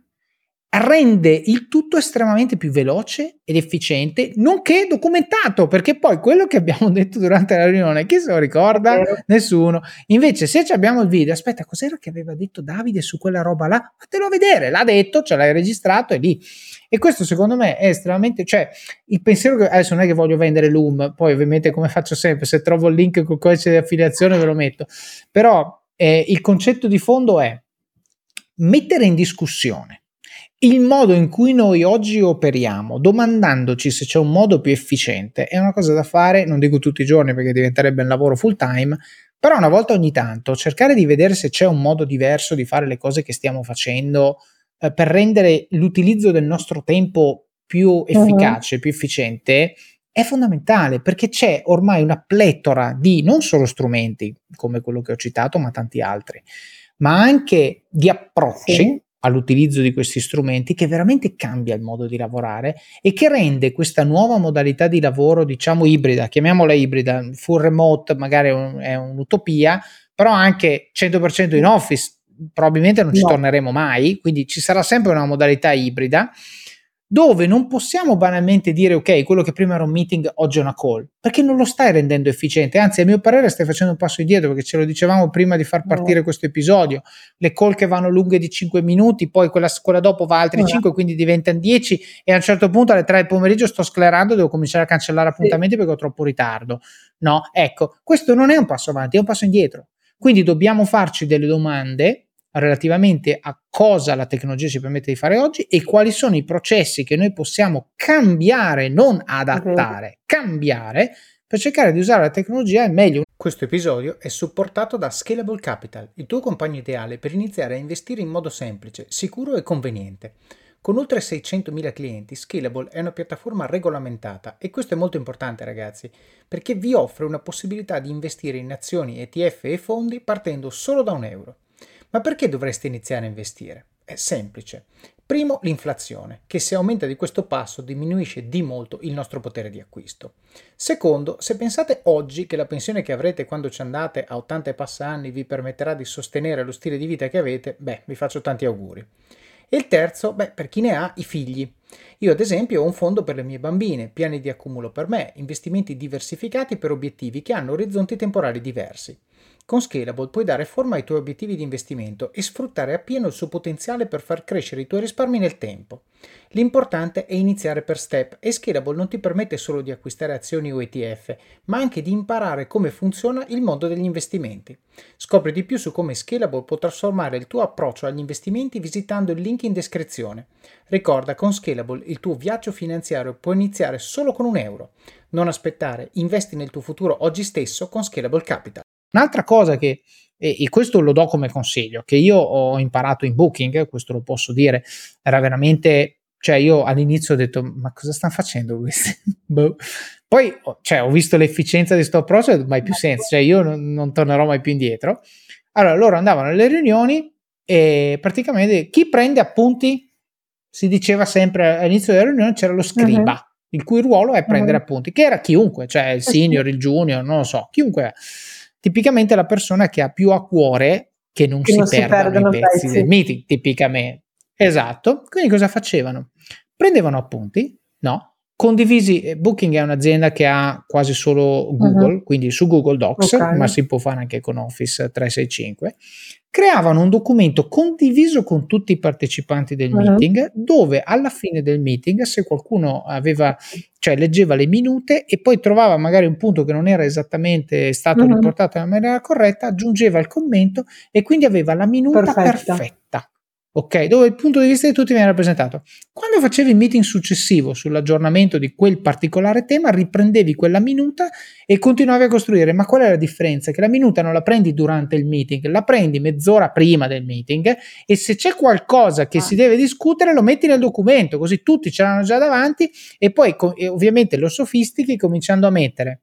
rende il tutto estremamente più veloce ed efficiente, nonché documentato, perché poi quello che abbiamo detto durante la riunione, chi se lo ricorda? Nessuno. Invece se abbiamo il video, aspetta, cos'era che aveva detto Davide su quella roba là? Fatelo vedere, l'ha detto, ce l'hai registrato, è lì. E questo secondo me è estremamente, cioè il pensiero che adesso non è che voglio vendere Loom, poi ovviamente come faccio sempre, se trovo il link col codice di affiliazione ve lo metto, però eh, il concetto di fondo è mettere in discussione il modo in cui noi oggi operiamo, domandandoci se c'è un modo più efficiente, è una cosa da fare, non dico tutti i giorni perché diventerebbe un lavoro full time, però una volta ogni tanto cercare di vedere se c'è un modo diverso di fare le cose che stiamo facendo eh, per rendere l'utilizzo del nostro tempo più efficace, uh-huh. più efficiente, è fondamentale, perché c'è ormai una pletora di non solo strumenti come quello che ho citato, ma tanti altri, ma anche di approcci, sì, all'utilizzo di questi strumenti, che veramente cambia il modo di lavorare e che rende questa nuova modalità di lavoro, diciamo ibrida, chiamiamola ibrida, full remote magari è, un, è un'utopia, però anche cento per cento in office probabilmente non ci no. torneremo mai, quindi ci sarà sempre una modalità ibrida, dove non possiamo banalmente dire ok, quello che prima era un meeting oggi è una call, perché non lo stai rendendo efficiente, anzi a mio parere stai facendo un passo indietro, perché ce lo dicevamo prima di far partire no. questo episodio, le call che vanno lunghe di cinque minuti, poi quella, quella dopo va altri no. cinque, quindi diventano dieci e a un certo punto alle tre del pomeriggio sto sclerando, devo cominciare a cancellare appuntamenti sì. perché ho troppo ritardo, no? Ecco, questo non è un passo avanti, è un passo indietro, quindi dobbiamo farci delle domande relativamente a cosa la tecnologia ci permette di fare oggi e quali sono i processi che noi possiamo cambiare, non adattare, cambiare per cercare di usare la tecnologia al meglio. Questo episodio è supportato da Scalable Capital, il tuo compagno ideale per iniziare a investire in modo semplice, sicuro e conveniente. Con oltre seicentomila clienti, Scalable è una piattaforma regolamentata e questo è molto importante, ragazzi, perché vi offre una possibilità di investire in azioni, E T F e fondi partendo solo da un euro. Ma perché dovreste iniziare a investire? È semplice. Primo, l'inflazione, che se aumenta di questo passo diminuisce di molto il nostro potere di acquisto. Secondo, se pensate oggi che la pensione che avrete quando ci andate a ottanta e passa anni vi permetterà di sostenere lo stile di vita che avete, beh, vi faccio tanti auguri. E il terzo, beh, per chi ne ha, i figli. Io ad esempio ho un fondo per le mie bambine, piani di accumulo per me, investimenti diversificati per obiettivi che hanno orizzonti temporali diversi. Con Scalable puoi dare forma ai tuoi obiettivi di investimento e sfruttare appieno il suo potenziale per far crescere i tuoi risparmi nel tempo. L'importante è iniziare per step e Scalable non ti permette solo di acquistare azioni o E T F, ma anche di imparare come funziona il mondo degli investimenti. Scopri di più su come Scalable può trasformare il tuo approccio agli investimenti visitando il link in descrizione. Ricorda, con Scalable il tuo viaggio finanziario può iniziare solo con un euro. Non aspettare, investi nel tuo futuro oggi stesso con Scalable Capital. Un'altra cosa che, e, e questo lo do come consiglio, che io ho imparato in Booking, questo lo posso dire, era veramente, cioè io all'inizio ho detto, ma cosa stanno facendo questi? Boh. Poi cioè, ho visto l'efficienza di sto approccio e mai più senso, cioè io non, non tornerò mai più indietro. Allora loro andavano alle riunioni e praticamente chi prende appunti, si diceva sempre all'inizio della riunione c'era lo scriba, uh-huh. il cui ruolo è prendere uh-huh. appunti, che era chiunque, cioè il senior, il junior, non lo so, chiunque, tipicamente la persona che ha più a cuore che non, che si, non perdano si i pezzi, pezzi del meeting, tipicamente. Esatto, quindi cosa facevano? Prendevano appunti, no? Condivisi, Booking è un'azienda che ha quasi solo Google, uh-huh. quindi su Google Docs, okay. ma si può fare anche con Office trecentosessantacinque, creavano un documento condiviso con tutti i partecipanti del uh-huh. meeting, dove alla fine del meeting, se qualcuno aveva, cioè leggeva le minute e poi trovava magari un punto che non era esattamente stato uh-huh. riportato nella maniera corretta, aggiungeva il commento e quindi aveva la minuta perfetta. perfetta. Ok, dove il punto di vista di tutti viene rappresentato. Quando facevi il meeting successivo sull'aggiornamento di quel particolare tema, riprendevi quella minuta e continuavi a costruire. Ma qual è la differenza? Che la minuta non la prendi durante il meeting, la prendi mezz'ora prima del meeting e se c'è qualcosa che ah. si deve discutere lo metti nel documento, così tutti ce l'hanno già davanti e poi e ovviamente lo sofistichi cominciando a mettere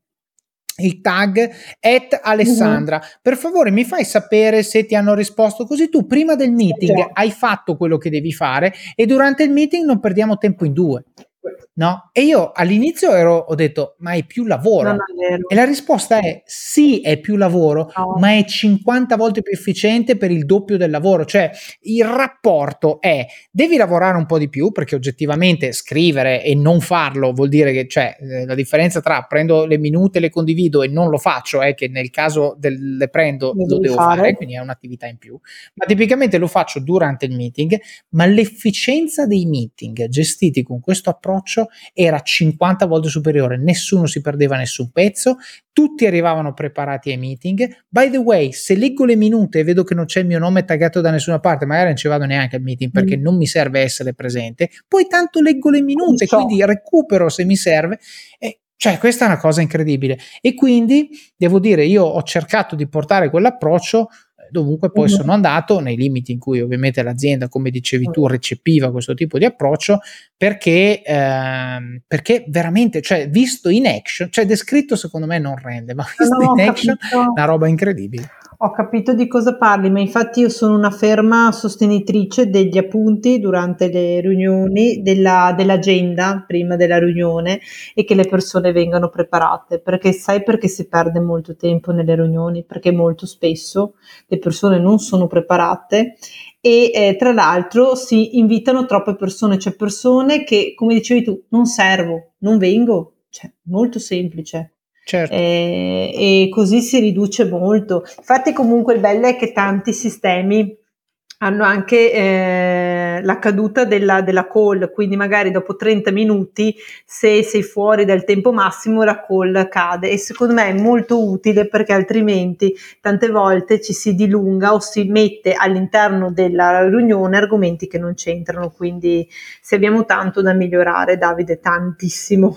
il tag at Alessandra, uh-huh. per favore mi fai sapere se ti hanno risposto, così tu prima del meeting sì. hai fatto quello che devi fare e durante il meeting non perdiamo tempo in due, no? E io all'inizio ero, ho detto ma è più lavoro? Non è vero. E la risposta è sì, è più lavoro, no. ma è cinquanta volte più efficiente per il doppio del lavoro. Cioè il rapporto è devi lavorare un po' di più, perché oggettivamente scrivere e non farlo vuol dire che cioè eh, la differenza tra prendo le minute, le condivido e non lo faccio è che nel caso del, le prendo lo, lo devo fare. fare, quindi è un'attività in più, ma tipicamente lo faccio durante il meeting, ma l'efficienza dei meeting gestiti con questo approccio era cinquanta volte superiore, nessuno si perdeva nessun pezzo, tutti arrivavano preparati ai meeting. By the way, se leggo le minute e vedo che non c'è il mio nome taggato da nessuna parte, magari non ci vado neanche al meeting perché mm. non mi serve essere presente, poi tanto leggo le minute, so. quindi recupero se mi serve. E cioè questa è una cosa incredibile e quindi devo dire io ho cercato di portare quell'approccio dovunque poi uh-huh. sono andato, nei limiti in cui ovviamente l'azienda, come dicevi tu, recepiva questo tipo di approccio, perché, ehm, perché veramente, cioè visto in action, cioè descritto secondo me non rende, ma visto no, in action è una roba incredibile. Ho capito di cosa parli, ma infatti io sono una ferma sostenitrice degli appunti durante le riunioni, della, dell'agenda prima della riunione e che le persone vengano preparate, perché sai perché si perde molto tempo nelle riunioni? Perché molto spesso le persone non sono preparate e eh, tra l'altro si invitano troppe persone, cioè persone che, come dicevi tu, non servo, non vengo, cioè molto semplice. Certo. Eh, e così si riduce molto. Infatti comunque il bello è che tanti sistemi hanno anche eh, la caduta della, della call, quindi magari dopo trenta minuti se sei fuori dal tempo massimo la call cade e secondo me è molto utile perché altrimenti tante volte ci si dilunga o si mette all'interno della riunione argomenti che non c'entrano, quindi se abbiamo tanto da migliorare, Davide, tantissimo.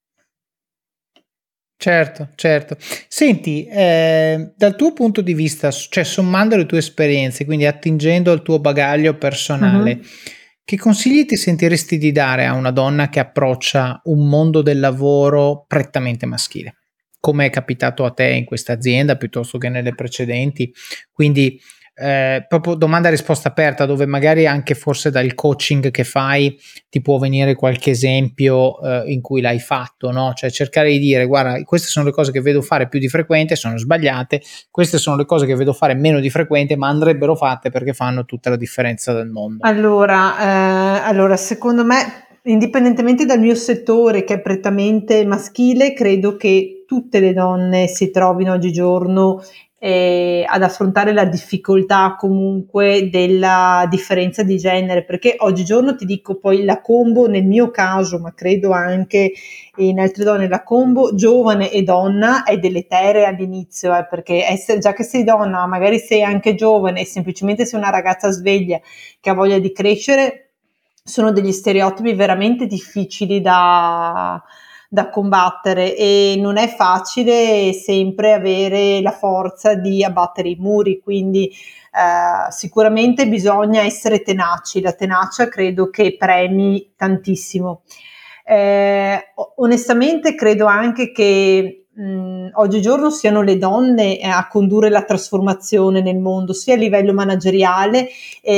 Certo, certo. Senti, eh, dal tuo punto di vista, cioè sommando le tue esperienze, quindi attingendo al tuo bagaglio personale, uh-huh. che consigli ti sentiresti di dare a una donna che approccia un mondo del lavoro prettamente maschile? Come è capitato a te in questa azienda piuttosto che nelle precedenti? Quindi eh, proprio domanda e risposta aperta, dove magari anche forse dal coaching che fai ti può venire qualche esempio eh, in cui l'hai fatto, no? Cioè cercare di dire guarda, queste sono le cose che vedo fare più di frequente, sono sbagliate, queste sono le cose che vedo fare meno di frequente ma andrebbero fatte perché fanno tutta la differenza del mondo. Allora, eh, allora secondo me, indipendentemente dal mio settore che è prettamente maschile, credo che tutte le donne si trovino oggigiorno Eh, ad affrontare la difficoltà comunque della differenza di genere, perché oggigiorno ti dico poi la combo nel mio caso, ma credo anche in altre donne, la combo giovane e donna è deleterea all'inizio, eh, perché essere, già che sei donna, magari sei anche giovane e semplicemente sei una ragazza sveglia che ha voglia di crescere, sono degli stereotipi veramente difficili da da combattere e non è facile sempre avere la forza di abbattere i muri, quindi eh, sicuramente bisogna essere tenaci, la tenacia credo che premi tantissimo. Eh, onestamente credo anche che mh, oggigiorno siano le donne a condurre la trasformazione nel mondo, sia a livello manageriale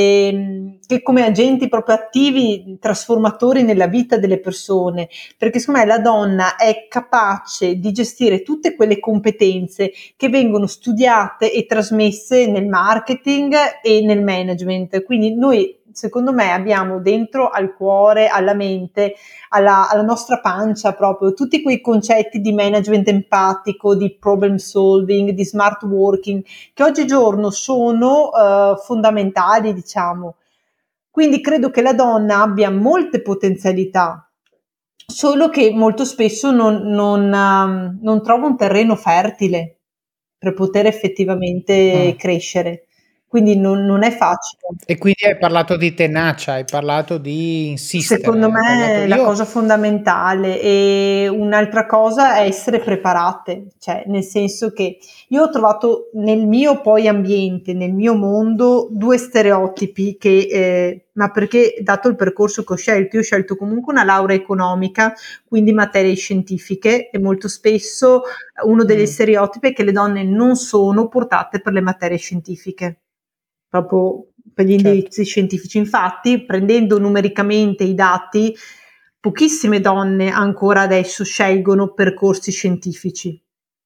eh, che come agenti proprio attivi, trasformatori nella vita delle persone, perché secondo me la donna è capace di gestire tutte quelle competenze che vengono studiate e trasmesse nel marketing e nel management. Quindi noi, secondo me, abbiamo dentro al cuore, alla mente, alla, alla nostra pancia proprio tutti quei concetti di management empatico, di problem solving, di smart working, che oggigiorno sono uh, fondamentali, diciamo. Quindi credo che la donna abbia molte potenzialità, solo che molto spesso non, non, um, non trova un terreno fertile per poter effettivamente mm. crescere. Quindi non, non è facile. E quindi hai parlato di tenacia, hai parlato di insistere. Secondo me è la io... cosa fondamentale, e un'altra cosa è essere preparate, cioè nel senso che io ho trovato nel mio poi ambiente, nel mio mondo, due stereotipi che, eh, ma perché dato il percorso che ho scelto, io ho scelto comunque una laurea economica, quindi materie scientifiche, e molto spesso uno degli mm. stereotipi è che le donne non sono portate per le materie scientifiche, proprio per gli indirizzi certo. scientifici. Infatti, prendendo numericamente i dati, pochissime donne ancora adesso scelgono percorsi scientifici,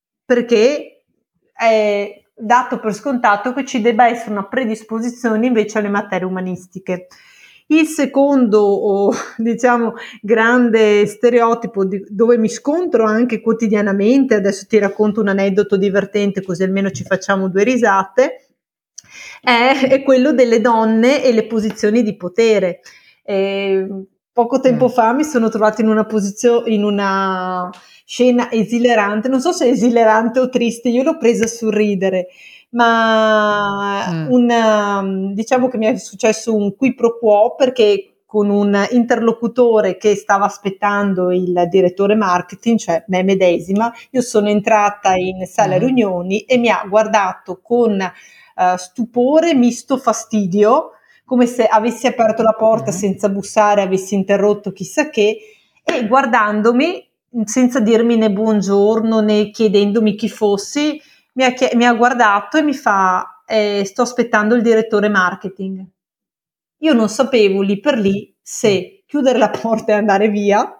perché è dato per scontato che ci debba essere una predisposizione invece alle materie umanistiche. Il secondo, oh, diciamo, grande stereotipo di, dove mi scontro anche quotidianamente, adesso ti racconto un aneddoto divertente così almeno ci facciamo due risate, È, è quello delle donne e le posizioni di potere. Eh, poco tempo mm. fa mi sono trovata in una posizione, in una scena esilerante, non so se è esilerante o triste, io l'ho presa a sorridere, ma mm. una, diciamo che mi è successo un qui pro quo, perché con un interlocutore che stava aspettando il direttore marketing, cioè me medesima, io sono entrata in sala mm. riunioni e mi ha guardato con Uh, stupore misto fastidio, come se avessi aperto la porta mm-hmm. senza bussare, avessi interrotto chissà che, e guardandomi senza dirmi né buongiorno né chiedendomi chi fossi, mi ha, mi ha guardato e mi fa eh, sto aspettando il direttore marketing. Io non sapevo lì per lì se chiudere la porta e andare via,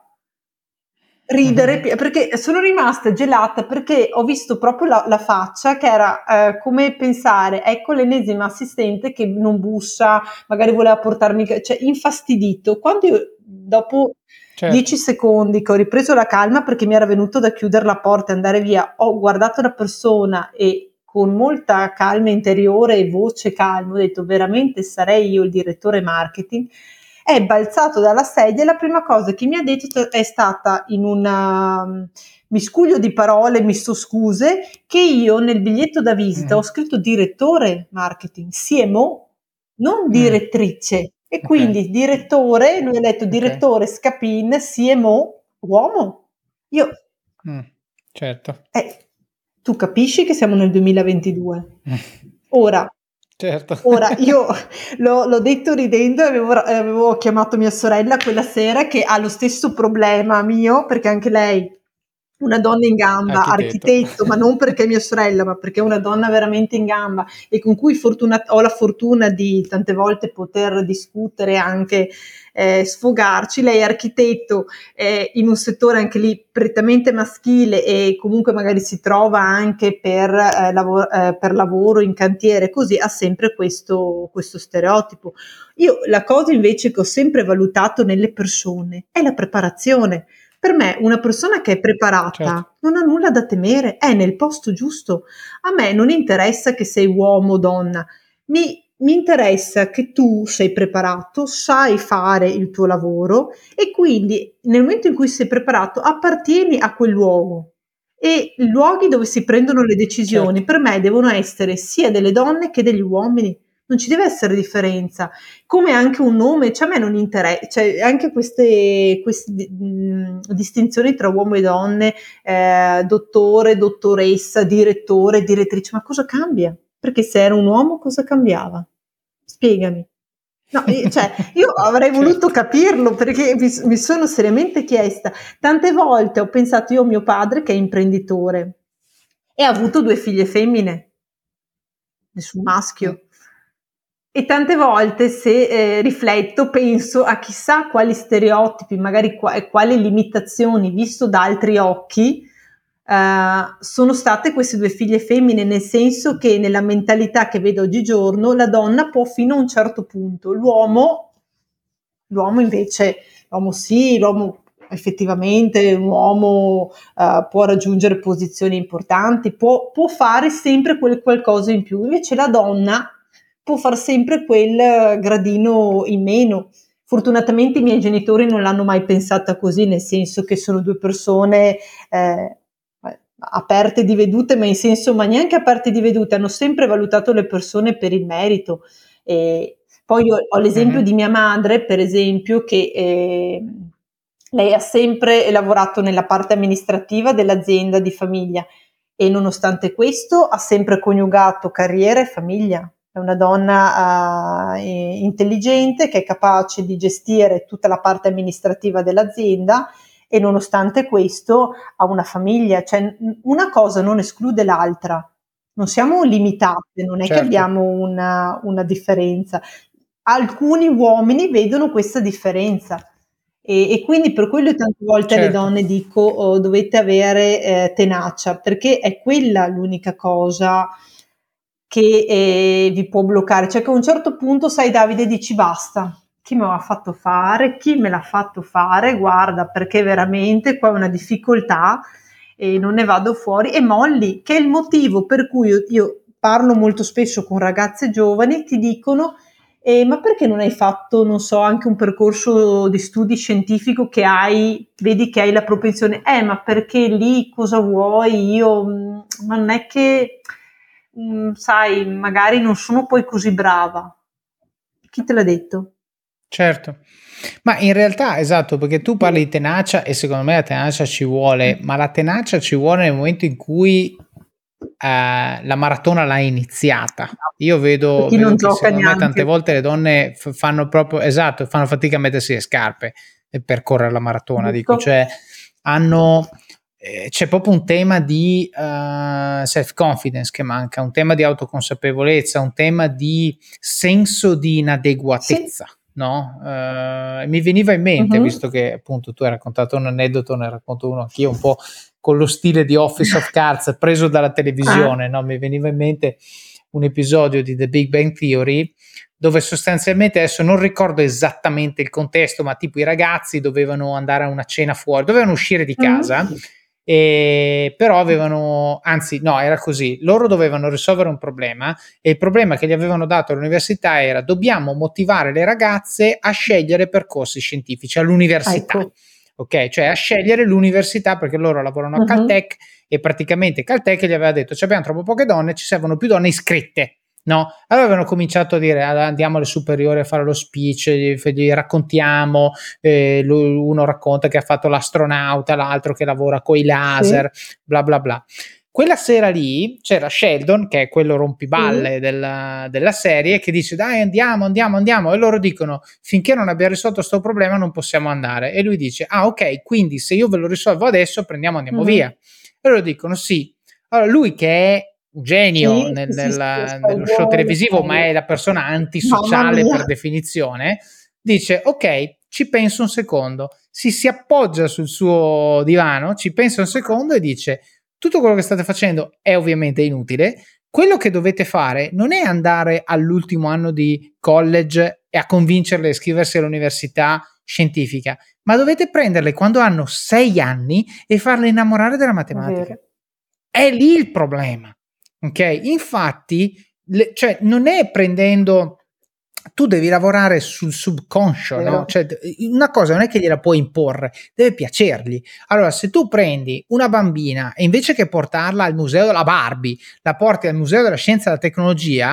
ridere, mm-hmm. perché sono rimasta gelata, perché ho visto proprio la, la faccia che era eh, come pensare, ecco l'ennesima assistente che non bussa, magari voleva portarmi, cioè infastidito. Quando io dopo certo. dieci secondi che ho ripreso la calma, perché mi era venuto da chiudere la porta e andare via, ho guardato la persona e con molta calma interiore e voce calma ho detto veramente sarei io il direttore marketing. È balzato dalla sedia e la prima cosa che mi ha detto è stata, in un miscuglio di parole, mi sto scuse, che io nel biglietto da visita mm. ho scritto direttore marketing, C M O, non direttrice. Mm. E okay. quindi direttore, lui ha detto direttore okay. Scapin, C M O, uomo. Io... Mm. Certo. Eh, tu capisci che siamo nel duemilaventidue? Ora... Certo. Ora, io l'ho, l'ho detto ridendo, avevo, avevo chiamato mia sorella quella sera che ha lo stesso problema mio, perché anche lei, una donna in gamba, architetto, architetto ma non perché è mia sorella, ma perché è una donna veramente in gamba e con cui fortuna, ho la fortuna di tante volte poter discutere, anche eh, sfogarci. Lei è architetto eh, in un settore anche lì prettamente maschile e comunque magari si trova anche per, eh, lavoro, eh, per lavoro in cantiere, così ha sempre questo, questo stereotipo. Io la cosa invece che ho sempre valutato nelle persone è la preparazione. Per me una persona che è preparata certo. non ha nulla da temere, è nel posto giusto. A me non interessa che sei uomo o donna, mi, mi interessa che tu sei preparato, sai fare il tuo lavoro e quindi nel momento in cui sei preparato appartieni a quel luogo. E i luoghi dove si prendono le decisioni certo. per me devono essere sia delle donne che degli uomini. non ci deve essere differenza, come anche un nome, cioè a me non interessa, cioè anche queste, queste mh, distinzioni tra uomo e donne, eh, dottore, dottoressa, direttore, direttrice, ma cosa cambia? Perché se era un uomo cosa cambiava? Spiegami. No, io, cioè, io avrei voluto capirlo, perché mi, mi sono seriamente chiesta, tante volte ho pensato, io ho mio padre che è imprenditore e ha avuto due figlie femmine, nessun maschio, e tante volte se eh, rifletto penso a chissà quali stereotipi, magari qua, quali limitazioni visto da altri occhi Uh, sono state queste due figlie femmine, nel senso che nella mentalità che vedo oggigiorno la donna può fino a un certo punto, l'uomo, l'uomo invece, l'uomo sì, l'uomo effettivamente, un uomo uh, può raggiungere posizioni importanti, può, può fare sempre quel qualcosa in più, invece la donna può fare sempre quel gradino in meno. Fortunatamente i miei genitori non l'hanno mai pensata così, nel senso che sono due persone eh, aperte di vedute, ma in senso, ma neanche aperte di vedute, hanno sempre valutato le persone per il merito. E poi io ho l'esempio mm-hmm. di mia madre, per esempio, che eh, lei ha sempre lavorato nella parte amministrativa dell'azienda di famiglia e nonostante questo ha sempre coniugato carriera e famiglia. È una donna uh, intelligente che è capace di gestire tutta la parte amministrativa dell'azienda e nonostante questo ha una famiglia, cioè una cosa non esclude l'altra, non siamo limitate, non è certo. che abbiamo una, una differenza. Alcuni uomini vedono questa differenza e, e quindi per quello tante volte certo. alle donne dico oh, dovete avere eh, tenacia, perché è quella l'unica cosa che eh, vi può bloccare, cioè che a un certo punto sai Davide dici basta. Chi me l'ha fatto fare, chi me l'ha fatto fare, guarda, perché veramente qua è una difficoltà e non ne vado fuori, e molli, che è il motivo per cui io, io parlo molto spesso con ragazze giovani, ti dicono eh, ma perché non hai fatto, non so, anche un percorso di studi scientifico che hai, vedi che hai la propensione, eh ma perché lì cosa vuoi, io, ma non è che, mh, sai, magari non sono poi così brava, chi te l'ha detto? Certo, ma in realtà esatto, perché tu parli di tenacia e secondo me la tenacia ci vuole, ma la tenacia ci vuole nel momento in cui eh, la maratona l'hai iniziata. Io vedo, chi vedo non che gioca secondo neanche. me tante volte le donne f- fanno proprio, esatto, fanno fatica a mettersi le scarpe per correre la maratona, dico, cioè hanno... c'è proprio un tema di uh, self-confidence che manca, un tema di autoconsapevolezza, un tema di senso di inadeguatezza. Sì. No? Uh, mi veniva in mente, uh-huh. visto che appunto tu hai raccontato un aneddoto, ne racconto uno anch'io un po' con lo stile di Office of Cards preso dalla televisione, ah. no? Mi veniva in mente un episodio di The Big Bang Theory dove sostanzialmente, adesso non ricordo esattamente il contesto, ma tipo i ragazzi dovevano andare a una cena fuori, dovevano uscire di casa, uh-huh. E però avevano, anzi no, era così, loro dovevano risolvere un problema e il problema che gli avevano dato all'università era: dobbiamo motivare le ragazze a scegliere percorsi scientifici all'università, ecco. Ok, cioè a scegliere l'università, perché loro lavorano a uh-huh. Caltech e praticamente Caltech gli aveva detto: ci abbiamo troppo poche donne, ci servono più donne iscritte. No, allora avevano cominciato a dire: andiamo alle superiori a fare lo speech, gli, gli raccontiamo, eh, lui, uno racconta che ha fatto l'astronauta, l'altro che lavora coi laser, sì. bla bla bla. Quella sera lì c'era Sheldon, che è quello rompiballe sì. della, della serie, che dice: dai, andiamo, andiamo, andiamo, e loro dicono: finché non abbiamo risolto questo problema non possiamo andare. E lui dice: ah, ok, quindi se io ve lo risolvo adesso prendiamo, andiamo mm-hmm. via. E loro dicono sì. Allora lui, che è un genio sì, nel, sì, nella, sì, nello show televisivo, ma è la persona antisociale per definizione, dice: ok, ci penso un secondo, si si appoggia sul suo divano, ci pensa un secondo e dice: tutto quello che state facendo è ovviamente inutile, quello che dovete fare non è andare all'ultimo anno di college e a convincerle a iscriversi all'università scientifica, ma dovete prenderle quando hanno sei anni e farle innamorare della matematica. È lì il problema. Ok, infatti, le, cioè, non è prendendo, tu devi lavorare sul subconscio, no? Cioè, una cosa non è che gliela puoi imporre, deve piacergli. Allora, se tu prendi una bambina e invece che portarla al museo della Barbie, la porti al museo della scienza e della tecnologia,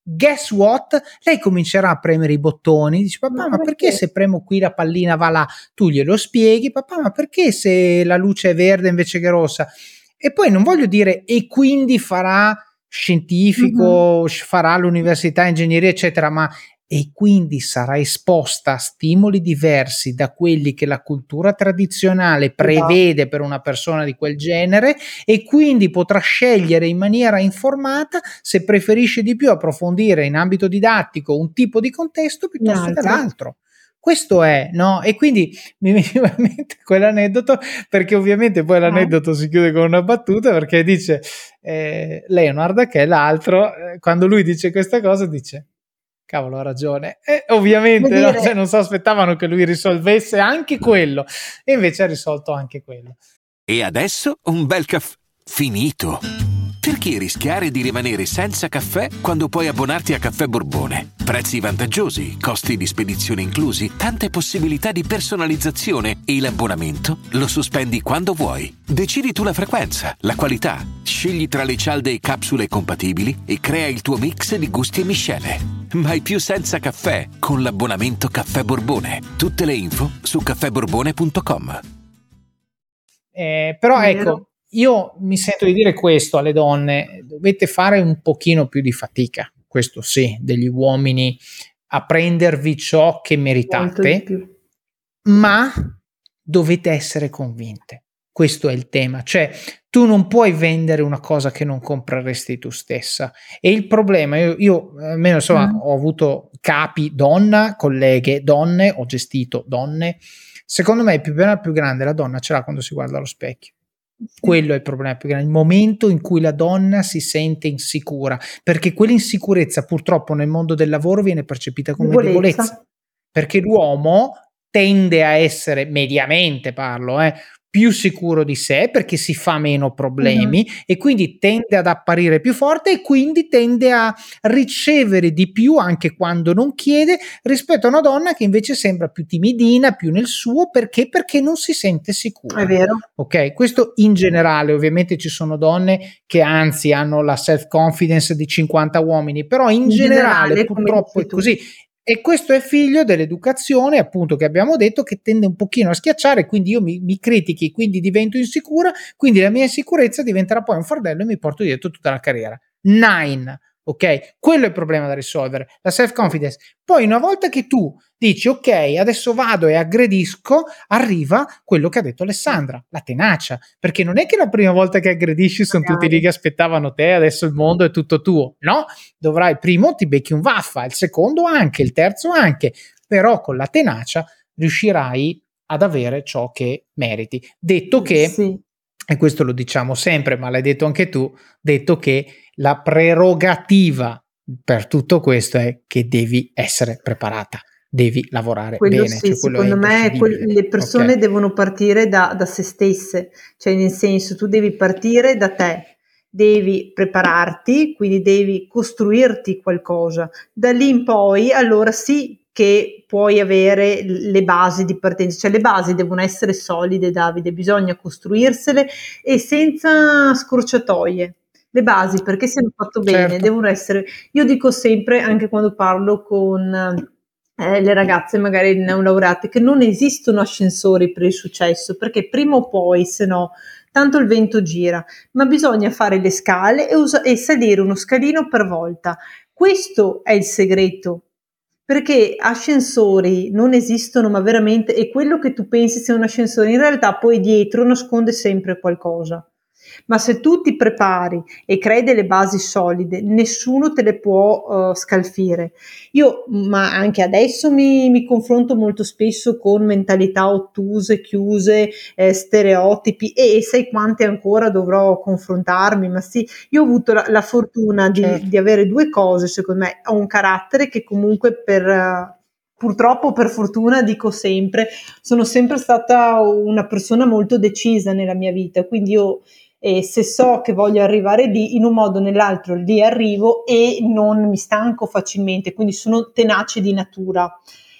guess what? Lei comincerà a premere i bottoni, dice papà ma perché se premo qui la pallina va là? Tu glielo spieghi, papà ma perché se la luce è verde invece che rossa? E poi non voglio dire e quindi farà scientifico, uh-huh. farà l'università, ingegneria eccetera, ma e quindi sarà esposta a stimoli diversi da quelli che la cultura tradizionale prevede per una persona di quel genere, e quindi potrà scegliere in maniera informata se preferisce di più approfondire in ambito didattico un tipo di contesto piuttosto che l'altro. Questo è, no? E quindi mi veniva in mente quell'aneddoto, perché ovviamente poi l'aneddoto eh. si chiude con una battuta, perché dice eh, Leonard, che è l'altro, eh, quando lui dice questa cosa dice cavolo, ha ragione. E ovviamente no, cioè non si aspettavano che lui risolvesse anche quello, e invece ha risolto anche quello. E adesso un bel caffè finito. Perché rischiare di rimanere senza caffè quando puoi abbonarti a Caffè Borbone? Prezzi vantaggiosi, costi di spedizione inclusi, tante possibilità di personalizzazione e l'abbonamento lo sospendi quando vuoi. Decidi tu la frequenza, la qualità, scegli tra le cialde e capsule compatibili e crea il tuo mix di gusti e miscele. Mai più senza caffè con l'abbonamento Caffè Borbone. Tutte le info su caffè borbone punto com. Eh, però ecco, io mi sento di dire questo alle donne: dovete fare un pochino più di fatica, questo sì, degli uomini, a prendervi ciò che meritate, ma dovete essere convinte. Questo è il tema, cioè tu non puoi vendere una cosa che non compreresti tu stessa. E il problema, io, io almeno insomma mm. ho avuto capi donna, colleghe donne, ho gestito donne. Secondo me il problema più grande la donna ce l'ha quando si guarda allo specchio. Quello è il problema più grande, il momento in cui la donna si sente insicura, perché quell'insicurezza purtroppo nel mondo del lavoro viene percepita come debolezza, debolezza perché l'uomo tende a essere, mediamente parlo, eh, più sicuro di sé perché si fa meno problemi, uh-huh. e quindi tende ad apparire più forte e quindi tende a ricevere di più anche quando non chiede, rispetto a una donna che invece sembra più timidina, più nel suo, perché perché non si sente sicura. È vero. Ok, questo in generale. Ovviamente ci sono donne che anzi hanno la self confidence di cinquanta uomini, però in, in generale, generale purtroppo è così. E questo è figlio dell'educazione, appunto, che abbiamo detto, che tende un pochino a schiacciare, quindi io mi, mi critichi, quindi divento insicura, quindi la mia insicurezza diventerà poi un fardello e mi porto dietro tutta la carriera. Nine, ok? Quello è il problema da risolvere, la self-confidence. Poi una volta che tu dici ok, adesso vado e aggredisco, arriva quello che ha detto Alessandra, la tenacia, perché non è che la prima volta che aggredisci sono tutti lì che aspettavano te, adesso il mondo è tutto tuo, no, dovrai, primo ti becchi un vaffa, il secondo anche, il terzo anche, però con la tenacia riuscirai ad avere ciò che meriti. Detto che, sì. E questo lo diciamo sempre, ma l'hai detto anche tu, detto che la prerogativa per tutto questo è che devi essere preparata, devi lavorare quello bene. Sì, cioè quello secondo me que- le persone okay. devono partire da, da se stesse, cioè nel senso tu devi partire da te, devi prepararti, quindi devi costruirti qualcosa, da lì in poi allora sì che puoi avere le basi di partenza, cioè le basi devono essere solide, Davide, bisogna costruirsele e senza scorciatoie. Le basi, perché siano fatto bene, certo. devono essere, io dico sempre, anche quando parlo con eh, le ragazze magari neolaureate, che non esistono ascensori per il successo, perché prima o poi, se no, tanto il vento gira, ma bisogna fare le scale e, usa- e salire uno scalino per volta. Questo è il segreto, perché ascensori non esistono, ma veramente, e quello che tu pensi sia un ascensore, in realtà poi dietro nasconde sempre qualcosa. Ma se tu ti prepari e crei delle basi solide, nessuno te le può uh, scalfire. Io, ma anche adesso mi, mi confronto molto spesso con mentalità ottuse, chiuse, eh, stereotipi, e, e sai quante ancora dovrò confrontarmi, ma sì, io ho avuto la, la fortuna di, certo. di avere due cose, secondo me. Ho un carattere che comunque per... Uh, purtroppo, per fortuna, dico sempre, sono sempre stata una persona molto decisa nella mia vita, quindi io e se so che voglio arrivare lì, in un modo o nell'altro lì arrivo e non mi stanco facilmente, quindi sono tenace di natura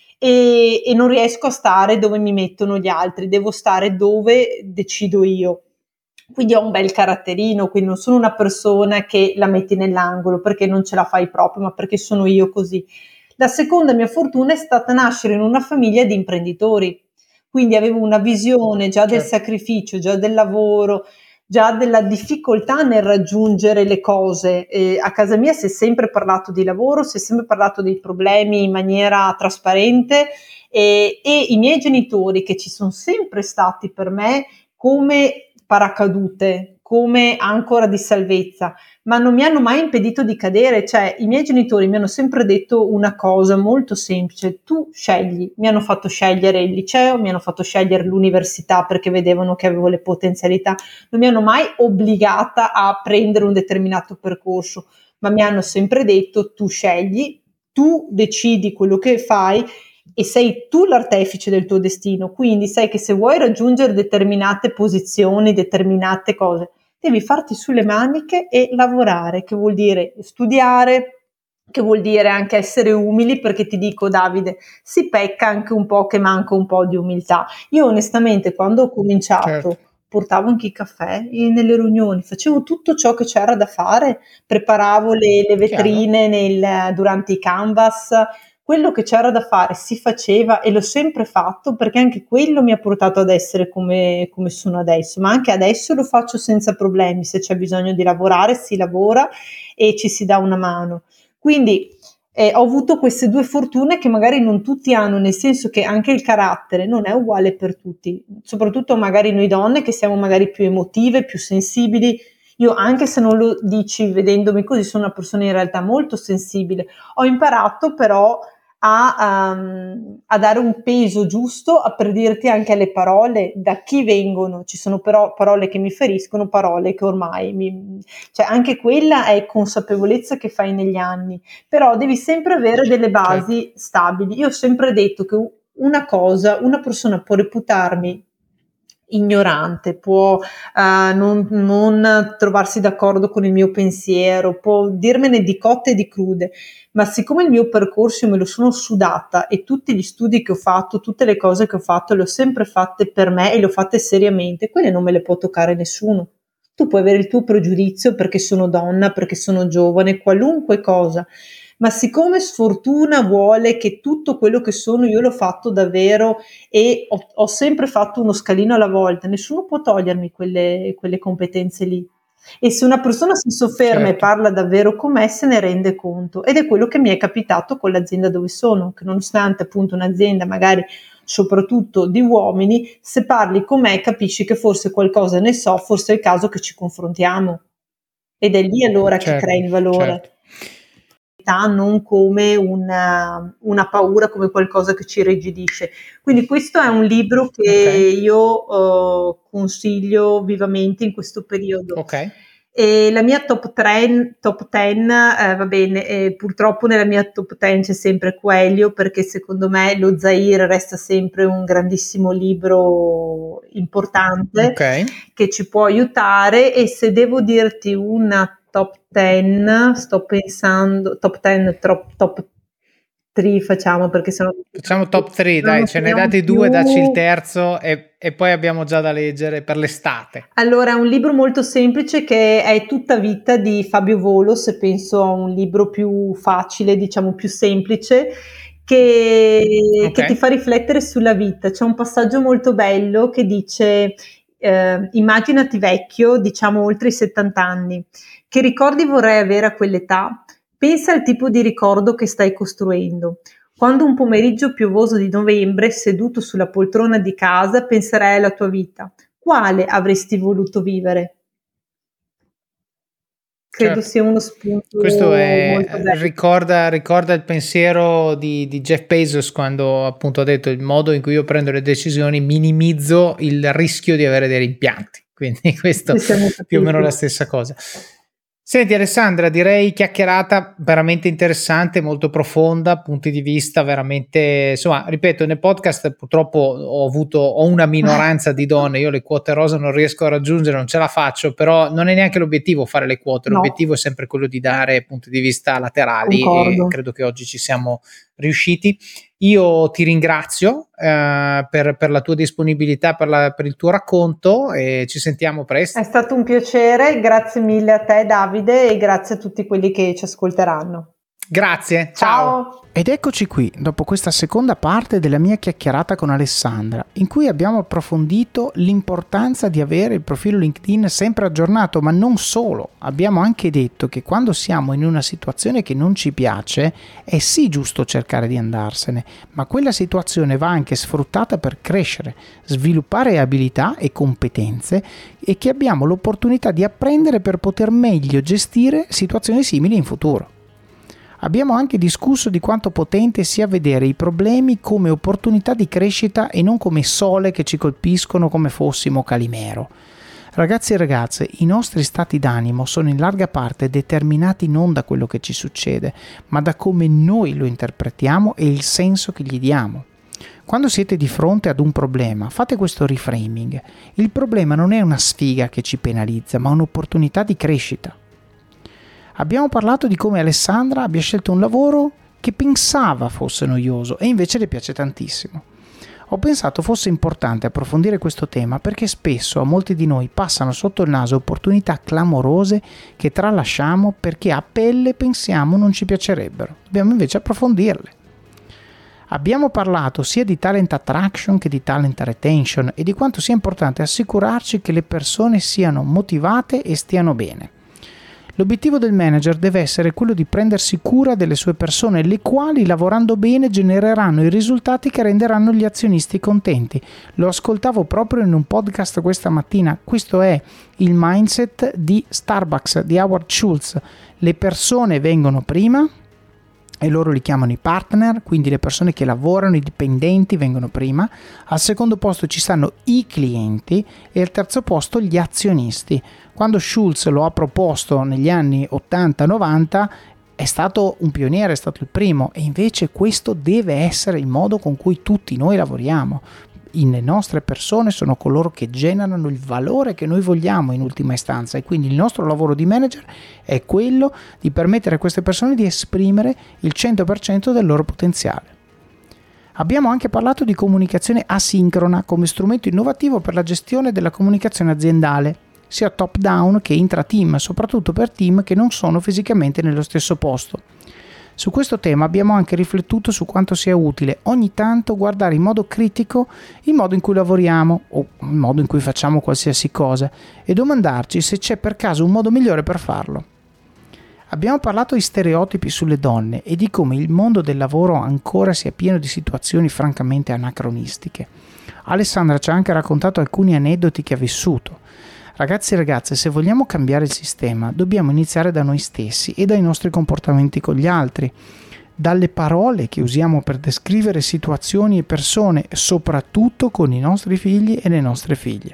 e, e non riesco a stare dove mi mettono gli altri, devo stare dove decido io. quindi ho un bel caratterino, quindi non sono una persona che la metti nell'angolo perché non ce la fai proprio, ma perché sono io così. La seconda mia fortuna è stata nascere in una famiglia di imprenditori, quindi avevo una visione già del Certo. sacrificio, già del lavoro, già della difficoltà nel raggiungere le cose. E a casa mia si è sempre parlato di lavoro, si è sempre parlato dei problemi in maniera trasparente, e, e i miei genitori, che ci sono sempre stati per me come paracadute, come ancora di salvezza, ma non mi hanno mai impedito di cadere. Cioè, i miei genitori mi hanno sempre detto una cosa molto semplice: tu scegli. Mi hanno fatto scegliere il liceo, mi hanno fatto scegliere l'università perché vedevano che avevo le potenzialità, non mi hanno mai obbligata a prendere un determinato percorso, ma mi hanno sempre detto: tu scegli, tu decidi quello che fai e sei tu l'artefice del tuo destino, quindi sai che se vuoi raggiungere determinate posizioni, determinate cose, devi farti sulle maniche e lavorare, che vuol dire studiare, che vuol dire anche essere umili, perché ti dico, Davide, si pecca anche un po' che manca un po' di umiltà. Io onestamente quando ho cominciato Certo. portavo anche i caffè nelle riunioni, facevo tutto ciò che c'era da fare, preparavo le, le vetrine nel, durante i canvas, quello che c'era da fare si faceva e l'ho sempre fatto, perché anche quello mi ha portato ad essere come, come sono adesso, ma anche adesso lo faccio senza problemi. Se c'è bisogno di lavorare si lavora e ci si dà una mano. Quindi eh, ho avuto queste due fortune che magari non tutti hanno, nel senso che anche il carattere non è uguale per tutti, soprattutto magari noi donne che siamo magari più emotive, più sensibili. Io, anche se non lo dici vedendomi così, sono una persona in realtà molto sensibile. Ho imparato però A, um, a dare un peso giusto, a per dirti anche alle parole da chi vengono. Ci sono però parole che mi feriscono, parole che ormai mi, cioè anche quella è consapevolezza che fai negli anni, però devi sempre avere delle basi certo. stabili. Io ho sempre detto che una cosa, una persona può reputarmi ignorante, può uh, non, non trovarsi d'accordo con il mio pensiero, può dirmene di cotte e di crude, ma siccome il mio percorso io me lo sono sudata e tutti gli studi che ho fatto, tutte le cose che ho fatto le ho sempre fatte per me e le ho fatte seriamente, quelle non me le può toccare nessuno. Tu puoi avere il tuo pregiudizio perché sono donna, perché sono giovane, qualunque cosa, ma siccome sfortuna vuole che tutto quello che sono io l'ho fatto davvero e ho, ho sempre fatto uno scalino alla volta, nessuno può togliermi quelle, quelle competenze lì. E se una persona si sofferma certo. e parla davvero con me, se ne rende conto, ed è quello che mi è capitato con l'azienda dove sono, che nonostante appunto un'azienda magari soprattutto di uomini, se parli con me capisci che forse qualcosa ne so, forse è il caso che ci confrontiamo, ed è lì allora certo, che crei il valore. Certo. Non come una, una paura, come qualcosa che ci rigidisce. Quindi questo è un libro che okay. io uh, consiglio vivamente in questo periodo. Ok. E la mia top tre, top ten, eh, va bene, eh, purtroppo nella mia top ten c'è sempre Coelho, perché secondo me lo Zaire resta sempre un grandissimo libro importante okay. che ci può aiutare. E se devo dirti una top ten, sto pensando, top ten, top, top tre facciamo, perché sennò facciamo top tre, dai, ce ne date più. Due, dacci il terzo e, e poi abbiamo già da leggere per l'estate. Allora, è un libro molto semplice che è Tutta vita di Fabio Volo, se penso a un libro più facile, diciamo più semplice, che, okay. che ti fa riflettere sulla vita. C'è un passaggio molto bello che dice eh, immaginati vecchio, diciamo oltre i settanta anni, che ricordi vorrei avere a quell'età? Pensa al tipo di ricordo che stai costruendo. Quando un pomeriggio piovoso di novembre, seduto sulla poltrona di casa, penserai alla tua vita. Quale avresti voluto vivere? Credo certo. sia uno spunto. Questo è, ricorda, ricorda il pensiero di, di Jeff Bezos, quando appunto ha detto: il modo in cui io prendo le decisioni minimizzo il rischio di avere dei rimpianti. Quindi questo è più o meno la stessa cosa. Senti Alessandra, direi chiacchierata veramente interessante, molto profonda, punti di vista veramente, insomma, ripeto, nel podcast purtroppo ho avuto ho una minoranza di donne, io le quote rosa non riesco a raggiungere, non ce la faccio, però non è neanche l'obiettivo fare le quote, no. L'obiettivo è sempre quello di dare punti di vista laterali. Concordo. E credo che oggi ci siamo riusciti. Io ti ringrazio eh, per, per la tua disponibilità, per, la, per il tuo racconto, e ci sentiamo presto. È stato un piacere, grazie mille a te Davide e grazie a tutti quelli che ci ascolteranno. Grazie, ciao. ciao. Ed eccoci qui, dopo questa seconda parte della mia chiacchierata con Alessandra, in cui abbiamo approfondito l'importanza di avere il profilo LinkedIn sempre aggiornato, ma non solo. Abbiamo anche detto che quando siamo in una situazione che non ci piace, è sì giusto cercare di andarsene, ma quella situazione va anche sfruttata per crescere, sviluppare abilità e competenze, e che abbiamo l'opportunità di apprendere per poter meglio gestire situazioni simili in futuro. Abbiamo anche discusso di quanto potente sia vedere i problemi come opportunità di crescita e non come sole che ci colpiscono come fossimo Calimero. Ragazzi e ragazze, i nostri stati d'animo sono in larga parte determinati non da quello che ci succede, ma da come noi lo interpretiamo e il senso che gli diamo. Quando siete di fronte ad un problema, fate questo reframing. Il problema non è una sfiga che ci penalizza, ma un'opportunità di crescita. Abbiamo parlato di come Alessandra abbia scelto un lavoro che pensava fosse noioso e invece le piace tantissimo. Ho pensato fosse importante approfondire questo tema perché spesso a molti di noi passano sotto il naso opportunità clamorose che tralasciamo perché a pelle pensiamo non ci piacerebbero. Dobbiamo invece approfondirle. Abbiamo parlato sia di talent attraction che di talent retention e di quanto sia importante assicurarci che le persone siano motivate e stiano bene. L'obiettivo del manager deve essere quello di prendersi cura delle sue persone, le quali lavorando bene genereranno i risultati che renderanno gli azionisti contenti. Lo ascoltavo proprio in un podcast questa mattina. Questo è il mindset di Starbucks, di Howard Schultz. Le persone vengono prima e loro li chiamano i partner, quindi le persone che lavorano, i dipendenti vengono prima. Al secondo posto ci stanno i clienti e al terzo posto gli azionisti. Quando Schultz lo ha proposto negli anni ottanta novanta è stato un pioniere, è stato il primo, e invece questo deve essere il modo con cui tutti noi lavoriamo. Le nostre persone sono coloro che generano il valore che noi vogliamo in ultima istanza, e quindi il nostro lavoro di manager è quello di permettere a queste persone di esprimere il cento per cento del loro potenziale. Abbiamo anche parlato di comunicazione asincrona come strumento innovativo per la gestione della comunicazione aziendale, sia top down che intra-team, soprattutto per team che non sono fisicamente nello stesso posto. Su questo tema abbiamo anche riflettuto su quanto sia utile ogni tanto guardare in modo critico il modo in cui lavoriamo o il modo in cui facciamo qualsiasi cosa e domandarci se c'è per caso un modo migliore per farlo. Abbiamo parlato di stereotipi sulle donne e di come il mondo del lavoro ancora sia pieno di situazioni francamente anacronistiche. Alessandra ci ha anche raccontato alcuni aneddoti che ha vissuto. Ragazzi e ragazze, se vogliamo cambiare il sistema, dobbiamo iniziare da noi stessi e dai nostri comportamenti con gli altri, dalle parole che usiamo per descrivere situazioni e persone, soprattutto con i nostri figli e le nostre figlie.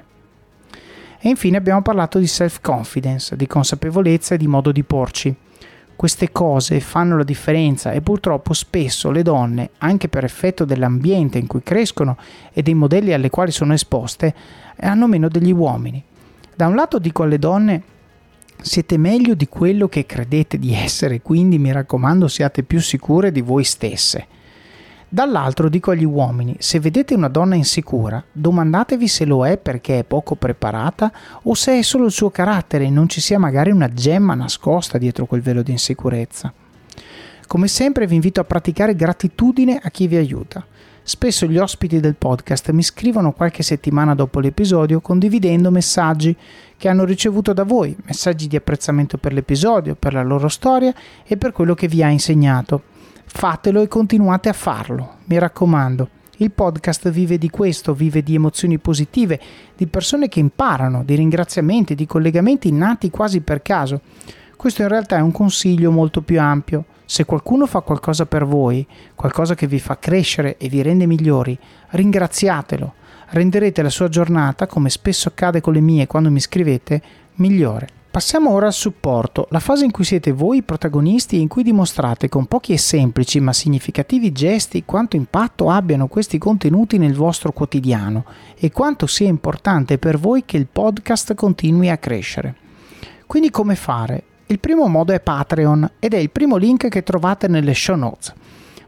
E infine abbiamo parlato di self-confidence, di consapevolezza e di modo di porci. Queste cose fanno la differenza e purtroppo spesso le donne, anche per effetto dell'ambiente in cui crescono e dei modelli alle quali sono esposte, hanno meno degli uomini. Da un lato dico alle donne: siete meglio di quello che credete di essere, quindi mi raccomando siate più sicure di voi stesse. Dall'altro dico agli uomini: se vedete una donna insicura, domandatevi se lo è perché è poco preparata o se è solo il suo carattere e non ci sia magari una gemma nascosta dietro quel velo di insicurezza. Come sempre vi invito a praticare gratitudine a chi vi aiuta. Spesso gli ospiti del podcast mi scrivono qualche settimana dopo l'episodio condividendo messaggi che hanno ricevuto da voi, messaggi di apprezzamento per l'episodio, per la loro storia e per quello che vi ha insegnato. Fatelo e continuate a farlo, mi raccomando. Il podcast vive di questo, vive di emozioni positive, di persone che imparano, di ringraziamenti, di collegamenti nati quasi per caso. Questo in realtà è un consiglio molto più ampio. Se qualcuno fa qualcosa per voi, qualcosa che vi fa crescere e vi rende migliori, ringraziatelo. Renderete la sua giornata, come spesso accade con le mie quando mi scrivete, migliore. Passiamo ora al supporto, la fase in cui siete voi i protagonisti e in cui dimostrate con pochi e semplici ma significativi gesti quanto impatto abbiano questi contenuti nel vostro quotidiano e quanto sia importante per voi che il podcast continui a crescere. Quindi come fare? Il primo modo è Patreon ed è il primo link che trovate nelle show notes.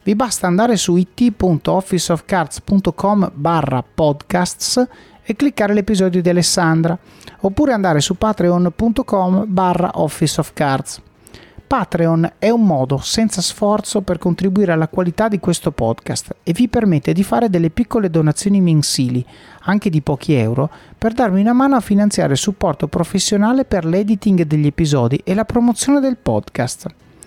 Vi basta andare su it punto office of cards punto com barra podcasts e cliccare l'episodio di Alessandra, oppure andare su patreon punto com barra office of cards. Patreon è un modo senza sforzo per contribuire alla qualità di questo podcast e vi permette di fare delle piccole donazioni mensili, anche di pochi euro, per darmi una mano a finanziare il supporto professionale per l'editing degli episodi e la promozione del podcast.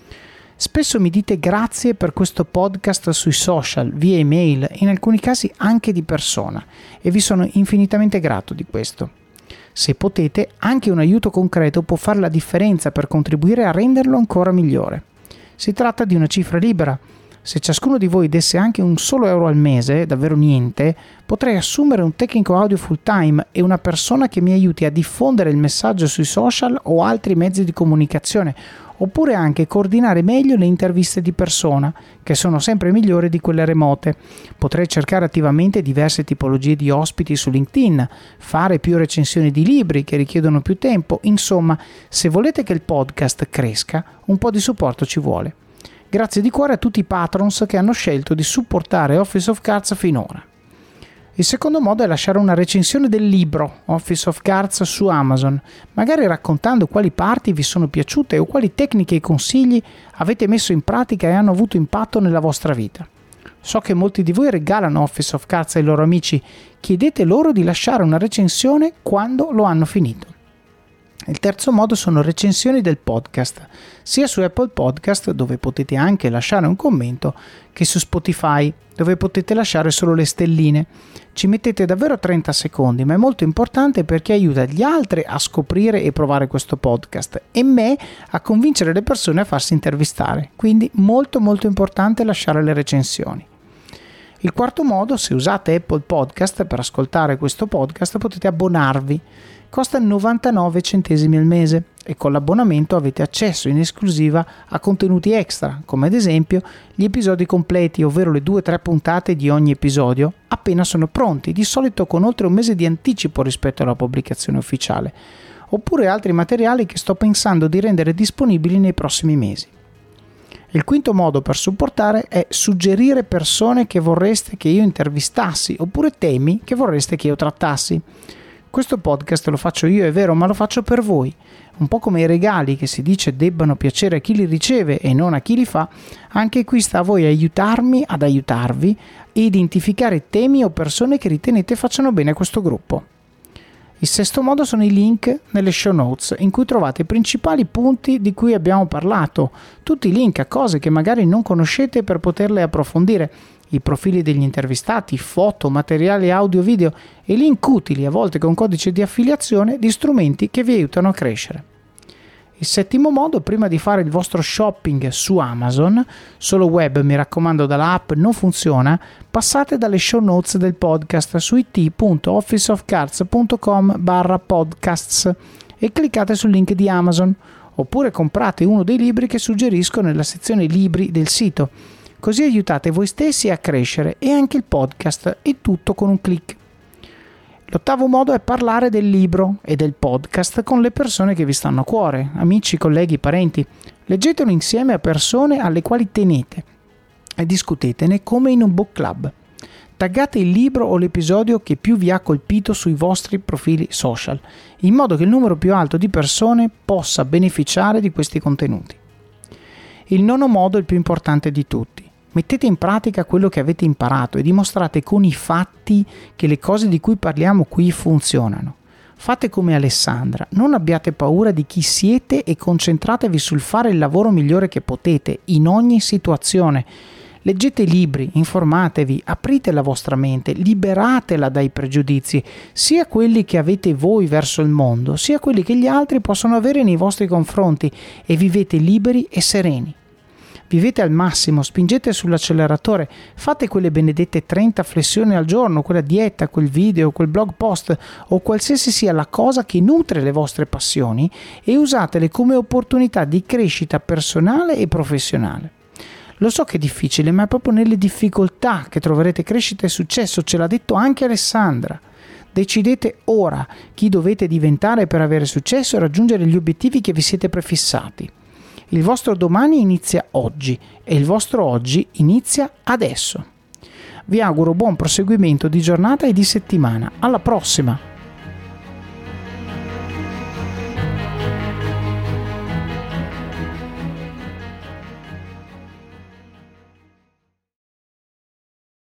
Spesso mi dite grazie per questo podcast sui social, via email, in alcuni casi anche di persona, e vi sono infinitamente grato di questo. Se potete, anche un aiuto concreto può fare la differenza per contribuire a renderlo ancora migliore. Si tratta di una cifra libera. Se ciascuno di voi desse anche un solo euro al mese, davvero niente, potrei assumere un tecnico audio full time e una persona che mi aiuti a diffondere il messaggio sui social o altri mezzi di comunicazione, oppure anche coordinare meglio le interviste di persona, che sono sempre migliori di quelle remote. Potrei cercare attivamente diverse tipologie di ospiti su LinkedIn, fare più recensioni di libri che richiedono più tempo. Insomma, se volete che il podcast cresca, un po' di supporto ci vuole. Grazie di cuore a tutti i patrons che hanno scelto di supportare Office of Cards finora. Il secondo modo è lasciare una recensione del libro Office of Cards su Amazon, magari raccontando quali parti vi sono piaciute o quali tecniche e consigli avete messo in pratica e hanno avuto impatto nella vostra vita. So che molti di voi regalano Office of Cards ai loro amici, chiedete loro di lasciare una recensione quando lo hanno finito. Il terzo modo sono recensioni del podcast, sia su Apple Podcast, dove potete anche lasciare un commento, che su Spotify, dove potete lasciare solo le stelline. Ci mettete davvero trenta secondi, ma è molto importante perché aiuta gli altri a scoprire e provare questo podcast e me a convincere le persone a farsi intervistare. Quindi molto molto importante lasciare le recensioni. Il quarto modo, se usate Apple Podcast per ascoltare questo podcast, potete abbonarvi. Costa novantanove centesimi al mese e con l'abbonamento avete accesso in esclusiva a contenuti extra, come ad esempio gli episodi completi, ovvero le due o tre puntate di ogni episodio, appena sono pronti, di solito con oltre un mese di anticipo rispetto alla pubblicazione ufficiale, oppure altri materiali che sto pensando di rendere disponibili nei prossimi mesi. Il quinto modo per supportare è suggerire persone che vorreste che io intervistassi, oppure temi che vorreste che io trattassi. Questo podcast lo faccio io, è vero, ma lo faccio per voi. Un po' come i regali che si dice debbano piacere a chi li riceve e non a chi li fa, anche qui sta a voi aiutarmi ad aiutarvi e identificare temi o persone che ritenete facciano bene a questo gruppo. Il sesto modo sono i link nelle show notes, in cui trovate i principali punti di cui abbiamo parlato, tutti i link a cose che magari non conoscete per poterle approfondire, i profili degli intervistati, foto, materiali audio video e link utili, a volte con codice di affiliazione, di strumenti che vi aiutano a crescere. Il settimo modo, prima di fare il vostro shopping su Amazon, solo web, mi raccomando, dalla app non funziona, passate dalle show notes del podcast su it punto office of cards punto com barra podcasts e cliccate sul link di Amazon, oppure comprate uno dei libri che suggerisco nella sezione libri del sito. Così aiutate voi stessi a crescere e anche il podcast, e tutto con un click. L'ottavo modo è parlare del libro e del podcast con le persone che vi stanno a cuore, amici, colleghi, parenti. Leggetelo insieme a persone alle quali tenete e discutetene come in un book club. Taggate il libro o l'episodio che più vi ha colpito sui vostri profili social, in modo che il numero più alto di persone possa beneficiare di questi contenuti. Il nono modo è il più importante di tutti. Mettete in pratica quello che avete imparato e dimostrate con i fatti che le cose di cui parliamo qui funzionano. Fate come Alessandra, non abbiate paura di chi siete e concentratevi sul fare il lavoro migliore che potete in ogni situazione. Leggete libri, informatevi, aprite la vostra mente, liberatela dai pregiudizi, sia quelli che avete voi verso il mondo, sia quelli che gli altri possono avere nei vostri confronti, e vivete liberi e sereni. Vivete al massimo, spingete sull'acceleratore, fate quelle benedette trenta flessioni al giorno, quella dieta, quel video, quel blog post o qualsiasi sia la cosa che nutre le vostre passioni, e usatele come opportunità di crescita personale e professionale. Lo so che è difficile, ma è proprio nelle difficoltà che troverete crescita e successo, ce l'ha detto anche Alessandra. Decidete ora chi dovete diventare per avere successo e raggiungere gli obiettivi che vi siete prefissati. Il vostro domani inizia oggi e il vostro oggi inizia adesso. Vi auguro buon proseguimento di giornata e di settimana. Alla prossima!